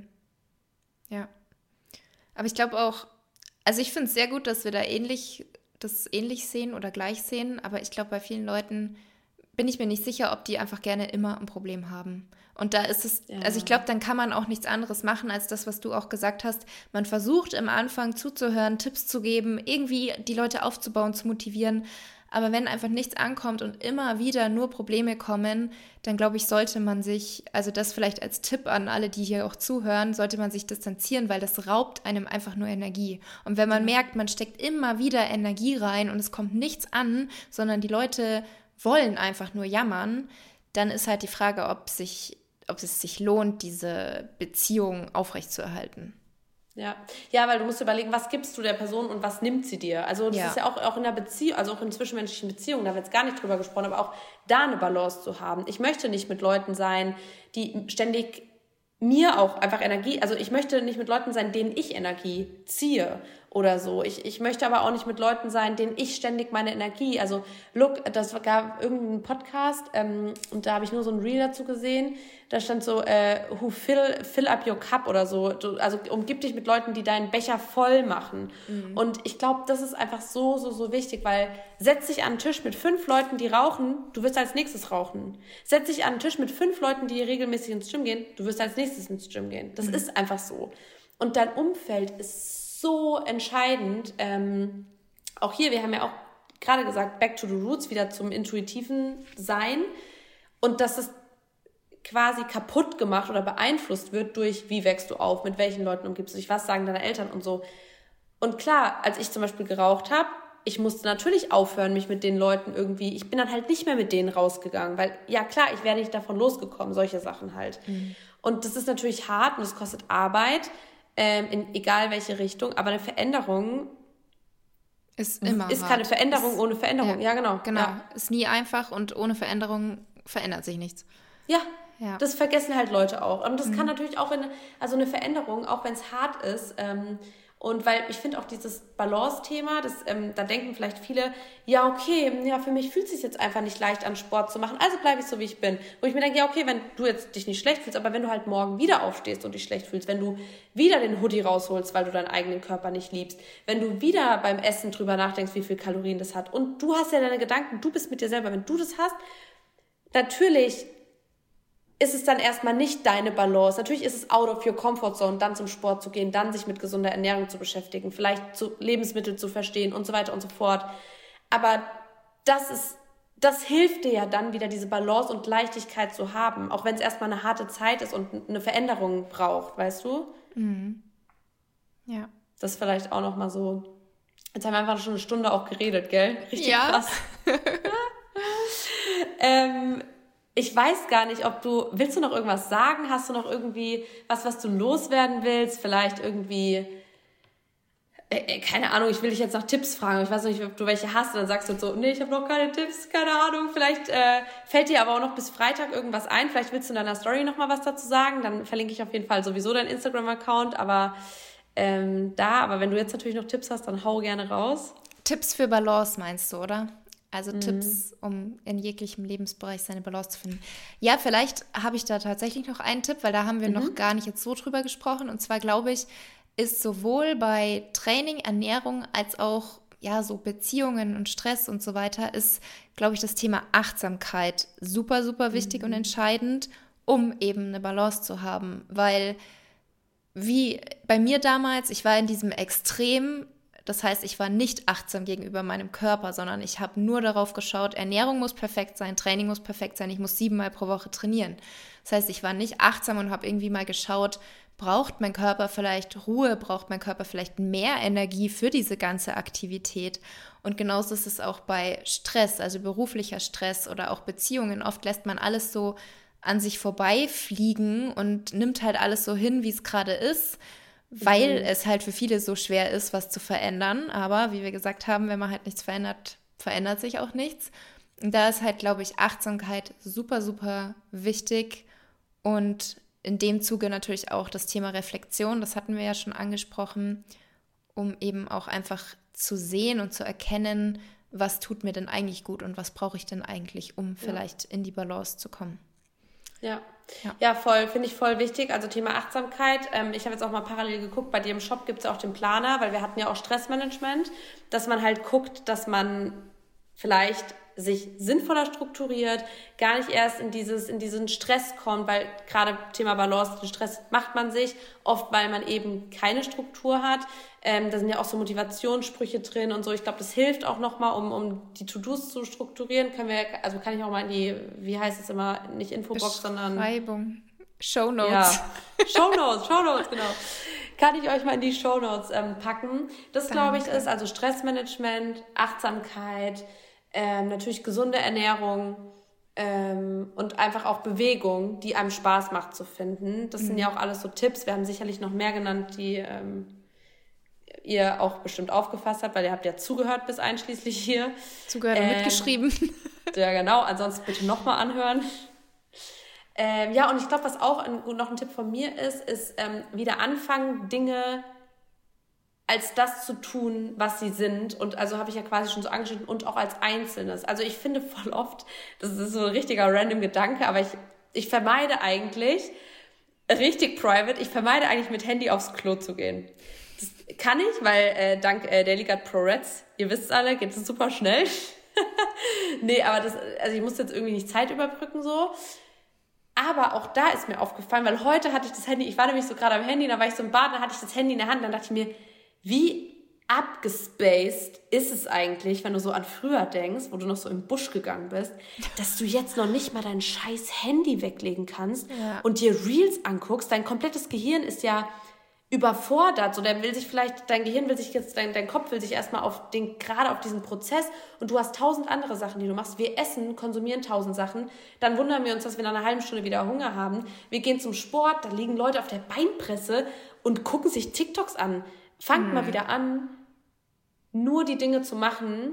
Ja. Aber ich glaube auch... Also ich finde es sehr gut, dass wir da ähnlich sehen oder gleich sehen. Aber ich glaube, bei vielen Leuten... bin ich mir nicht sicher, ob die einfach gerne immer ein Problem haben. Und da ist es, also ich glaube, dann kann man auch nichts anderes machen, als das, was du auch gesagt hast. Man versucht am Anfang zuzuhören, Tipps zu geben, irgendwie die Leute aufzubauen, zu motivieren. Aber wenn einfach nichts ankommt und immer wieder nur Probleme kommen, dann glaube ich, sollte man sich, also das vielleicht als Tipp an alle, die hier auch zuhören, sollte man sich distanzieren, weil das raubt einem einfach nur Energie. Und wenn man merkt, man steckt immer wieder Energie rein und es kommt nichts an, sondern die Leute wollen einfach nur jammern, dann ist halt die Frage, ob es sich lohnt, diese Beziehung aufrechtzuerhalten. Ja. Ja, weil du musst überlegen, was gibst du der Person und was nimmt sie dir? Also das ist ja auch in der Beziehung, also auch in zwischenmenschlichen Beziehungen, da wird jetzt gar nicht drüber gesprochen, aber auch da eine Balance zu haben. Ich möchte nicht mit Leuten sein, die ständig mir auch einfach Energie, also ich möchte nicht mit Leuten sein, denen ich Energie ziehe oder so. Ich möchte aber auch nicht mit Leuten sein, denen ich ständig meine Energie, also look, das gab irgendeinen Podcast und da habe ich nur so ein Reel dazu gesehen, da stand so, who fill up your cup oder so, also umgib dich mit Leuten, die deinen Becher voll machen. Und ich glaube, das ist einfach so wichtig, weil setz dich an einen Tisch mit 5 Leuten, die rauchen, du wirst als nächstes rauchen. Setz dich an einen Tisch mit 5 Leuten, die regelmäßig ins Gym gehen, du wirst als nächstes ins Gym gehen. Das ist einfach so. Und dein Umfeld ist so entscheidend. Auch hier, wir haben ja auch gerade gesagt, back to the roots, wieder zum intuitiven Sein. Und dass es quasi kaputt gemacht oder beeinflusst wird durch, wie wächst du auf, mit welchen Leuten umgibst du dich, was sagen deine Eltern und so. Und klar, als ich zum Beispiel geraucht habe, ich musste natürlich aufhören, mich mit den Leuten irgendwie, ich bin dann halt nicht mehr mit denen rausgegangen, weil, ja klar, ich wäre nicht davon losgekommen, solche Sachen halt. Und das ist natürlich hart und es kostet Arbeit, in egal welche Richtung, aber eine Veränderung ist immer ist hart. Keine Veränderung ohne Veränderung. Ja, genau. Genau, ja. Ist nie einfach und ohne Veränderung verändert sich nichts. Ja, das vergessen halt Leute auch. Und das kann natürlich auch also eine Veränderung, auch wenn es hart ist. Und weil ich finde auch dieses Balance-Thema, da denken vielleicht viele, ja okay, ja für mich fühlt es sich jetzt einfach nicht leicht an, Sport zu machen, also bleibe ich so, wie ich bin. Wo ich mir denke, ja okay, wenn du jetzt dich nicht schlecht fühlst, aber wenn du halt morgen wieder aufstehst und dich schlecht fühlst, wenn du wieder den Hoodie rausholst, weil du deinen eigenen Körper nicht liebst, wenn du wieder beim Essen drüber nachdenkst, wie viel Kalorien das hat und du hast ja deine Gedanken, du bist mit dir selber, wenn du das hast, natürlich ist es dann erstmal nicht deine Balance. Natürlich ist es out of your comfort zone, dann zum Sport zu gehen, dann sich mit gesunder Ernährung zu beschäftigen, vielleicht Lebensmittel zu verstehen und so weiter und so fort. Aber das hilft dir ja dann wieder, diese Balance und Leichtigkeit zu haben, auch wenn es erstmal eine harte Zeit ist und eine Veränderung braucht, weißt du? Ja. Das ist vielleicht auch nochmal so. Jetzt haben wir einfach schon eine Stunde auch geredet, gell? Richtig krass. Ich weiß gar nicht, willst du noch irgendwas sagen? Hast du noch irgendwie was du loswerden willst? Vielleicht irgendwie, keine Ahnung, ich will dich jetzt nach Tipps fragen. Ich weiß nicht, ob du welche hast. Und dann sagst du so, nee, ich habe noch keine Tipps, keine Ahnung. Vielleicht fällt dir aber auch noch bis Freitag irgendwas ein. Vielleicht willst du in deiner Story nochmal was dazu sagen. Dann verlinke ich auf jeden Fall sowieso deinen Instagram-Account. Aber aber wenn du jetzt natürlich noch Tipps hast, dann hau gerne raus. Tipps für Balance meinst du, oder? Also Tipps, um in jeglichem Lebensbereich seine Balance zu finden. Ja, vielleicht habe ich da tatsächlich noch einen Tipp, weil da haben wir noch gar nicht jetzt so drüber gesprochen. Und zwar, glaube ich, ist sowohl bei Training, Ernährung als auch so Beziehungen und Stress und so weiter, ist, glaube ich, das Thema Achtsamkeit super, super wichtig und entscheidend, um eben eine Balance zu haben. Weil wie bei mir damals, ich war in diesem Extrem. Das heißt, ich war nicht achtsam gegenüber meinem Körper, sondern ich habe nur darauf geschaut, Ernährung muss perfekt sein, Training muss perfekt sein, ich muss 7-mal pro Woche trainieren. Das heißt, ich war nicht achtsam und habe irgendwie mal geschaut, braucht mein Körper vielleicht Ruhe, braucht mein Körper vielleicht mehr Energie für diese ganze Aktivität? Und genauso ist es auch bei Stress, also beruflicher Stress oder auch Beziehungen. Oft lässt man alles so an sich vorbeifliegen und nimmt halt alles so hin, wie es gerade ist, weil es halt für viele so schwer ist, was zu verändern. Aber wie wir gesagt haben, wenn man halt nichts verändert, verändert sich auch nichts. Und da ist halt, glaube ich, Achtsamkeit super, super wichtig. Und in dem Zuge natürlich auch das Thema Reflexion, das hatten wir ja schon angesprochen, um eben auch einfach zu sehen und zu erkennen, was tut mir denn eigentlich gut und was brauche ich denn eigentlich, um vielleicht in die Balance zu kommen. Ja, voll, finde ich voll wichtig. Also Thema Achtsamkeit. Ich habe jetzt auch mal parallel geguckt, bei dir im Shop gibt es ja auch den Planer, weil wir hatten ja auch Stressmanagement, dass man halt guckt, dass man vielleicht sich sinnvoller strukturiert, gar nicht erst in diesen Stress kommt, weil gerade Thema Balance, den Stress macht man sich, oft weil man eben keine Struktur hat. Da sind ja auch so Motivationssprüche drin und so. Ich glaube, das hilft auch nochmal, um die To-Dos zu strukturieren. Kann ich auch mal in die, wie heißt es immer, nicht Infobox, sondern Beschreibung. Shownotes. Ja, Shownotes, genau. Kann ich euch mal in die Shownotes packen. Das, glaube ich, ist also Stressmanagement, Achtsamkeit, natürlich gesunde Ernährung, Und einfach auch Bewegung, die einem Spaß macht zu finden. Das sind ja auch alles so Tipps. Wir haben sicherlich noch mehr genannt, die ihr auch bestimmt aufgefasst habt, weil ihr habt ja zugehört bis einschließlich hier. Zugehört und mitgeschrieben. Ja, genau. Ansonsten bitte nochmal anhören. Ja, und ich glaube, was auch noch ein Tipp von mir ist wieder anfangen, Dinge als das zu tun, was sie sind. Und also habe ich ja quasi schon so angeschnitten und auch als Einzelnes. Also ich finde voll oft, das ist so ein richtiger random Gedanke, aber ich vermeide eigentlich, richtig private, ich vermeide eigentlich mit Handy aufs Klo zu gehen. Das kann ich, weil dank Daily Gut Pro Reds, ihr wisst alle, geht es super schnell. Nee, aber also ich muss jetzt irgendwie nicht Zeit überbrücken so. Aber auch da ist mir aufgefallen, weil heute hatte ich das Handy, ich war nämlich so gerade am Handy, da war ich so im Bad, da hatte ich das Handy in der Hand, dann dachte ich mir, wie abgespaced ist es eigentlich, wenn du so an früher denkst, wo du noch so im Busch gegangen bist, dass du jetzt noch nicht mal dein scheiß Handy weglegen kannst und dir Reels anguckst. Dein komplettes Gehirn ist ja überfordert. So, dein Kopf will sich erstmal gerade auf diesen Prozess und du hast 1000 andere Sachen, die du machst. Wir essen, konsumieren 1000 Sachen, dann wundern wir uns, dass wir nach einer halben Stunde wieder Hunger haben. Wir gehen zum Sport, da liegen Leute auf der Beinpresse und gucken sich TikToks an. Fangt mal wieder an, nur die Dinge zu machen,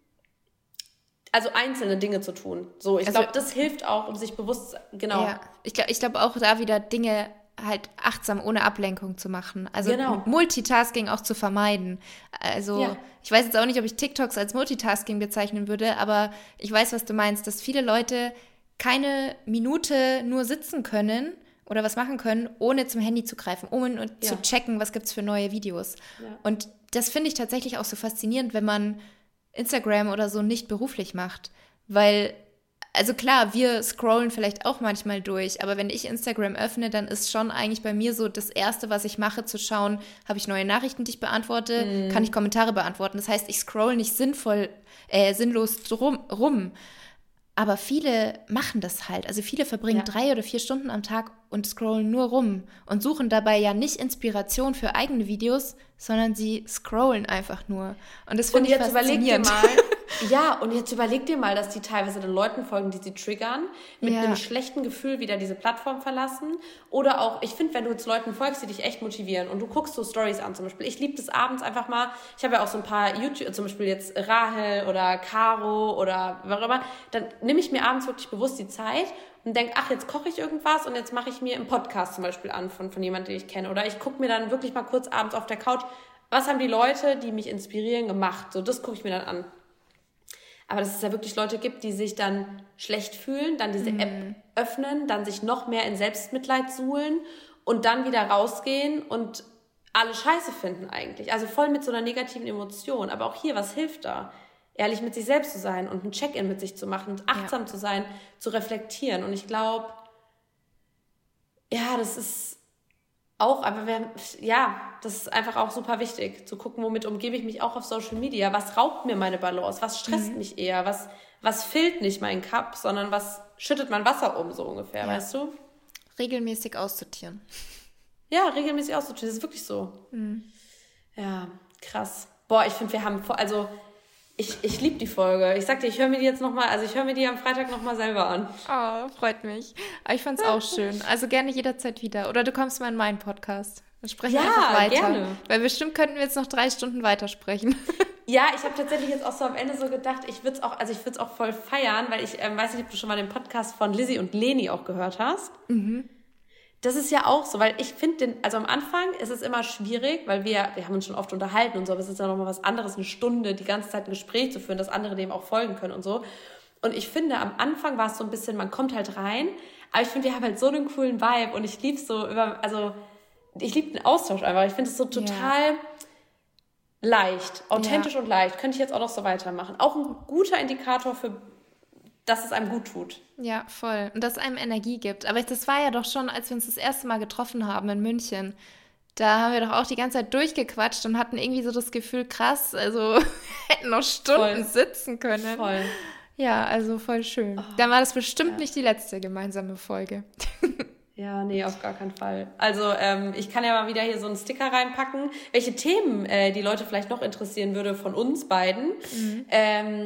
also einzelne Dinge zu tun. So, ich glaube, das hilft auch, um sich bewusst, genau. Ja, ich glaube auch da wieder Dinge halt achtsam ohne Ablenkung zu machen. Also Multitasking auch zu vermeiden. Also ich weiß jetzt auch nicht, ob ich TikToks als Multitasking bezeichnen würde, aber ich weiß, was du meinst, dass viele Leute keine Minute nur sitzen können oder was machen können, ohne zum Handy zu greifen, zu checken, was gibt's für neue Videos. Ja. Und das finde ich tatsächlich auch so faszinierend, wenn man Instagram oder so nicht beruflich macht. Weil, also klar, wir scrollen vielleicht auch manchmal durch, aber wenn ich Instagram öffne, dann ist schon eigentlich bei mir so das Erste, was ich mache, zu schauen, habe ich neue Nachrichten, die ich beantworte, kann ich Kommentare beantworten. Das heißt, ich scroll nicht sinnlos rum. Aber viele machen das halt. Also viele verbringen 3 oder 4 Stunden am Tag und scrollen nur rum und suchen dabei ja nicht Inspiration für eigene Videos, sondern sie scrollen einfach nur. Und das finde ich faszinierend. Und jetzt überleg dir mal, dass die teilweise den Leuten folgen, die sie triggern, mit einem schlechten Gefühl wieder diese Plattform verlassen. Oder auch, ich finde, wenn du jetzt Leuten folgst, die dich echt motivieren und du guckst so Stories an zum Beispiel. Ich liebe das abends einfach mal, ich habe ja auch so ein paar YouTube, zum Beispiel jetzt Rahel oder Caro oder was auch immer, dann nehme ich mir abends wirklich bewusst die Zeit und denke, ach, jetzt koche ich irgendwas und jetzt mache ich mir einen Podcast zum Beispiel an von jemandem, den ich kenne. Oder ich gucke mir dann wirklich mal kurz abends auf der Couch, was haben die Leute, die mich inspirieren, gemacht. So, das gucke ich mir dann an. Aber dass es ja wirklich Leute gibt, die sich dann schlecht fühlen, dann diese App öffnen, dann sich noch mehr in Selbstmitleid suhlen und dann wieder rausgehen und alle Scheiße finden eigentlich. Also voll mit so einer negativen Emotion. Aber auch hier, was hilft da? Ehrlich mit sich selbst zu sein und ein Check-in mit sich zu machen und achtsam zu sein, zu reflektieren. Und ich glaube, das ist auch, aber das ist einfach auch super wichtig, zu gucken, womit umgebe ich mich auch auf Social Media. Was raubt mir meine Balance? Was stresst mich eher? Was füllt nicht meinen Cup, sondern was schüttet mein Wasser um, so ungefähr, weißt du? Regelmäßig aussortieren. Ja, regelmäßig aussortieren, das ist wirklich so. Ja, krass. Boah, ich finde, wir haben, ich liebe die Folge. Ich sag dir, ich höre mir die am Freitag nochmal selber an. Oh, freut mich. Aber ich fand's auch schön. Also gerne jederzeit wieder. Oder du kommst mal in meinen Podcast. Dann sprechen wir einfach weiter. Gerne. Weil bestimmt könnten wir jetzt noch 3 Stunden weitersprechen. Ja, ich habe tatsächlich jetzt auch so am Ende so gedacht, ich würde es auch voll feiern, weil ich weiß nicht, ob du schon mal den Podcast von Lizzie und Leni auch gehört hast. Das ist ja auch so, weil ich finde, also am Anfang ist es immer schwierig, weil wir haben uns schon oft unterhalten und so, aber es ist ja nochmal was anderes, eine Stunde die ganze Zeit ein Gespräch zu führen, dass andere dem auch folgen können und so. Und ich finde, am Anfang war es so ein bisschen, man kommt halt rein, aber ich finde, wir haben halt so einen coolen Vibe und ich liebe ich liebe den Austausch einfach. Ich finde es so total leicht, authentisch und leicht. Könnte ich jetzt auch noch so weitermachen. Auch ein guter Indikator für, dass es einem gut tut. Ja, voll. Und dass es einem Energie gibt. Aber das war ja doch schon, als wir uns das erste Mal getroffen haben in München. Da haben wir doch auch die ganze Zeit durchgequatscht und hatten irgendwie so das Gefühl, krass, also hätten noch Stunden sitzen können. Voll. Ja, also voll schön. Dann war das bestimmt nicht die letzte gemeinsame Folge. Ja, nee, auf gar keinen Fall. Also ich kann ja mal wieder hier so einen Sticker reinpacken, welche Themen die Leute vielleicht noch interessieren würde von uns beiden.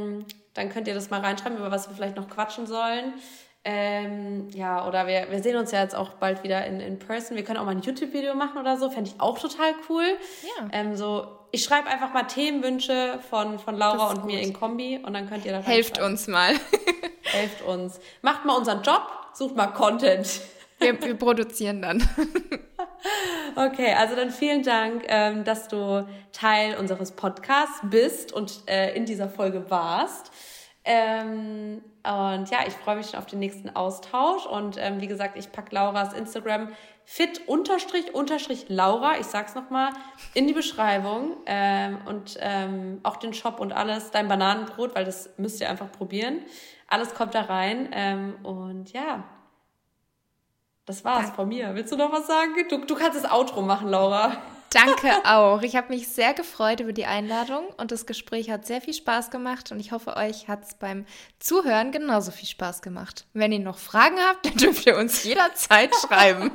dann könnt ihr das mal reinschreiben, über was wir vielleicht noch quatschen sollen. Ja, oder wir sehen uns ja jetzt auch bald wieder in person. Wir können auch mal ein YouTube-Video machen oder so. Fände ich auch total cool. Ja. Ich schreibe einfach mal Themenwünsche von Laura und mir in Kombi und dann könnt ihr da Helft uns mal. Helft uns. Macht mal unseren Job, sucht mal Content. Wir produzieren dann. Okay, also dann vielen Dank, dass du Teil unseres Podcasts bist und in dieser Folge warst. Und ja, ich freue mich schon auf den nächsten Austausch. Und wie gesagt, ich packe Lauras Instagram fit__Laura, ich sag's nochmal, in die Beschreibung. Und auch den Shop und alles, dein Bananenbrot, weil das müsst ihr einfach probieren. Alles kommt da rein. Und ja, das war's von mir. Willst du noch was sagen? Du kannst das Outro machen, Laura. Danke auch. Ich habe mich sehr gefreut über die Einladung und das Gespräch hat sehr viel Spaß gemacht und ich hoffe, euch hat es beim Zuhören genauso viel Spaß gemacht. Wenn ihr noch Fragen habt, dann dürft ihr uns jederzeit schreiben.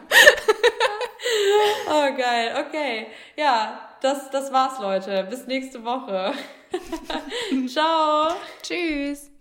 Oh, geil. Okay. Ja, das war's, Leute. Bis nächste Woche. Ciao. Tschüss.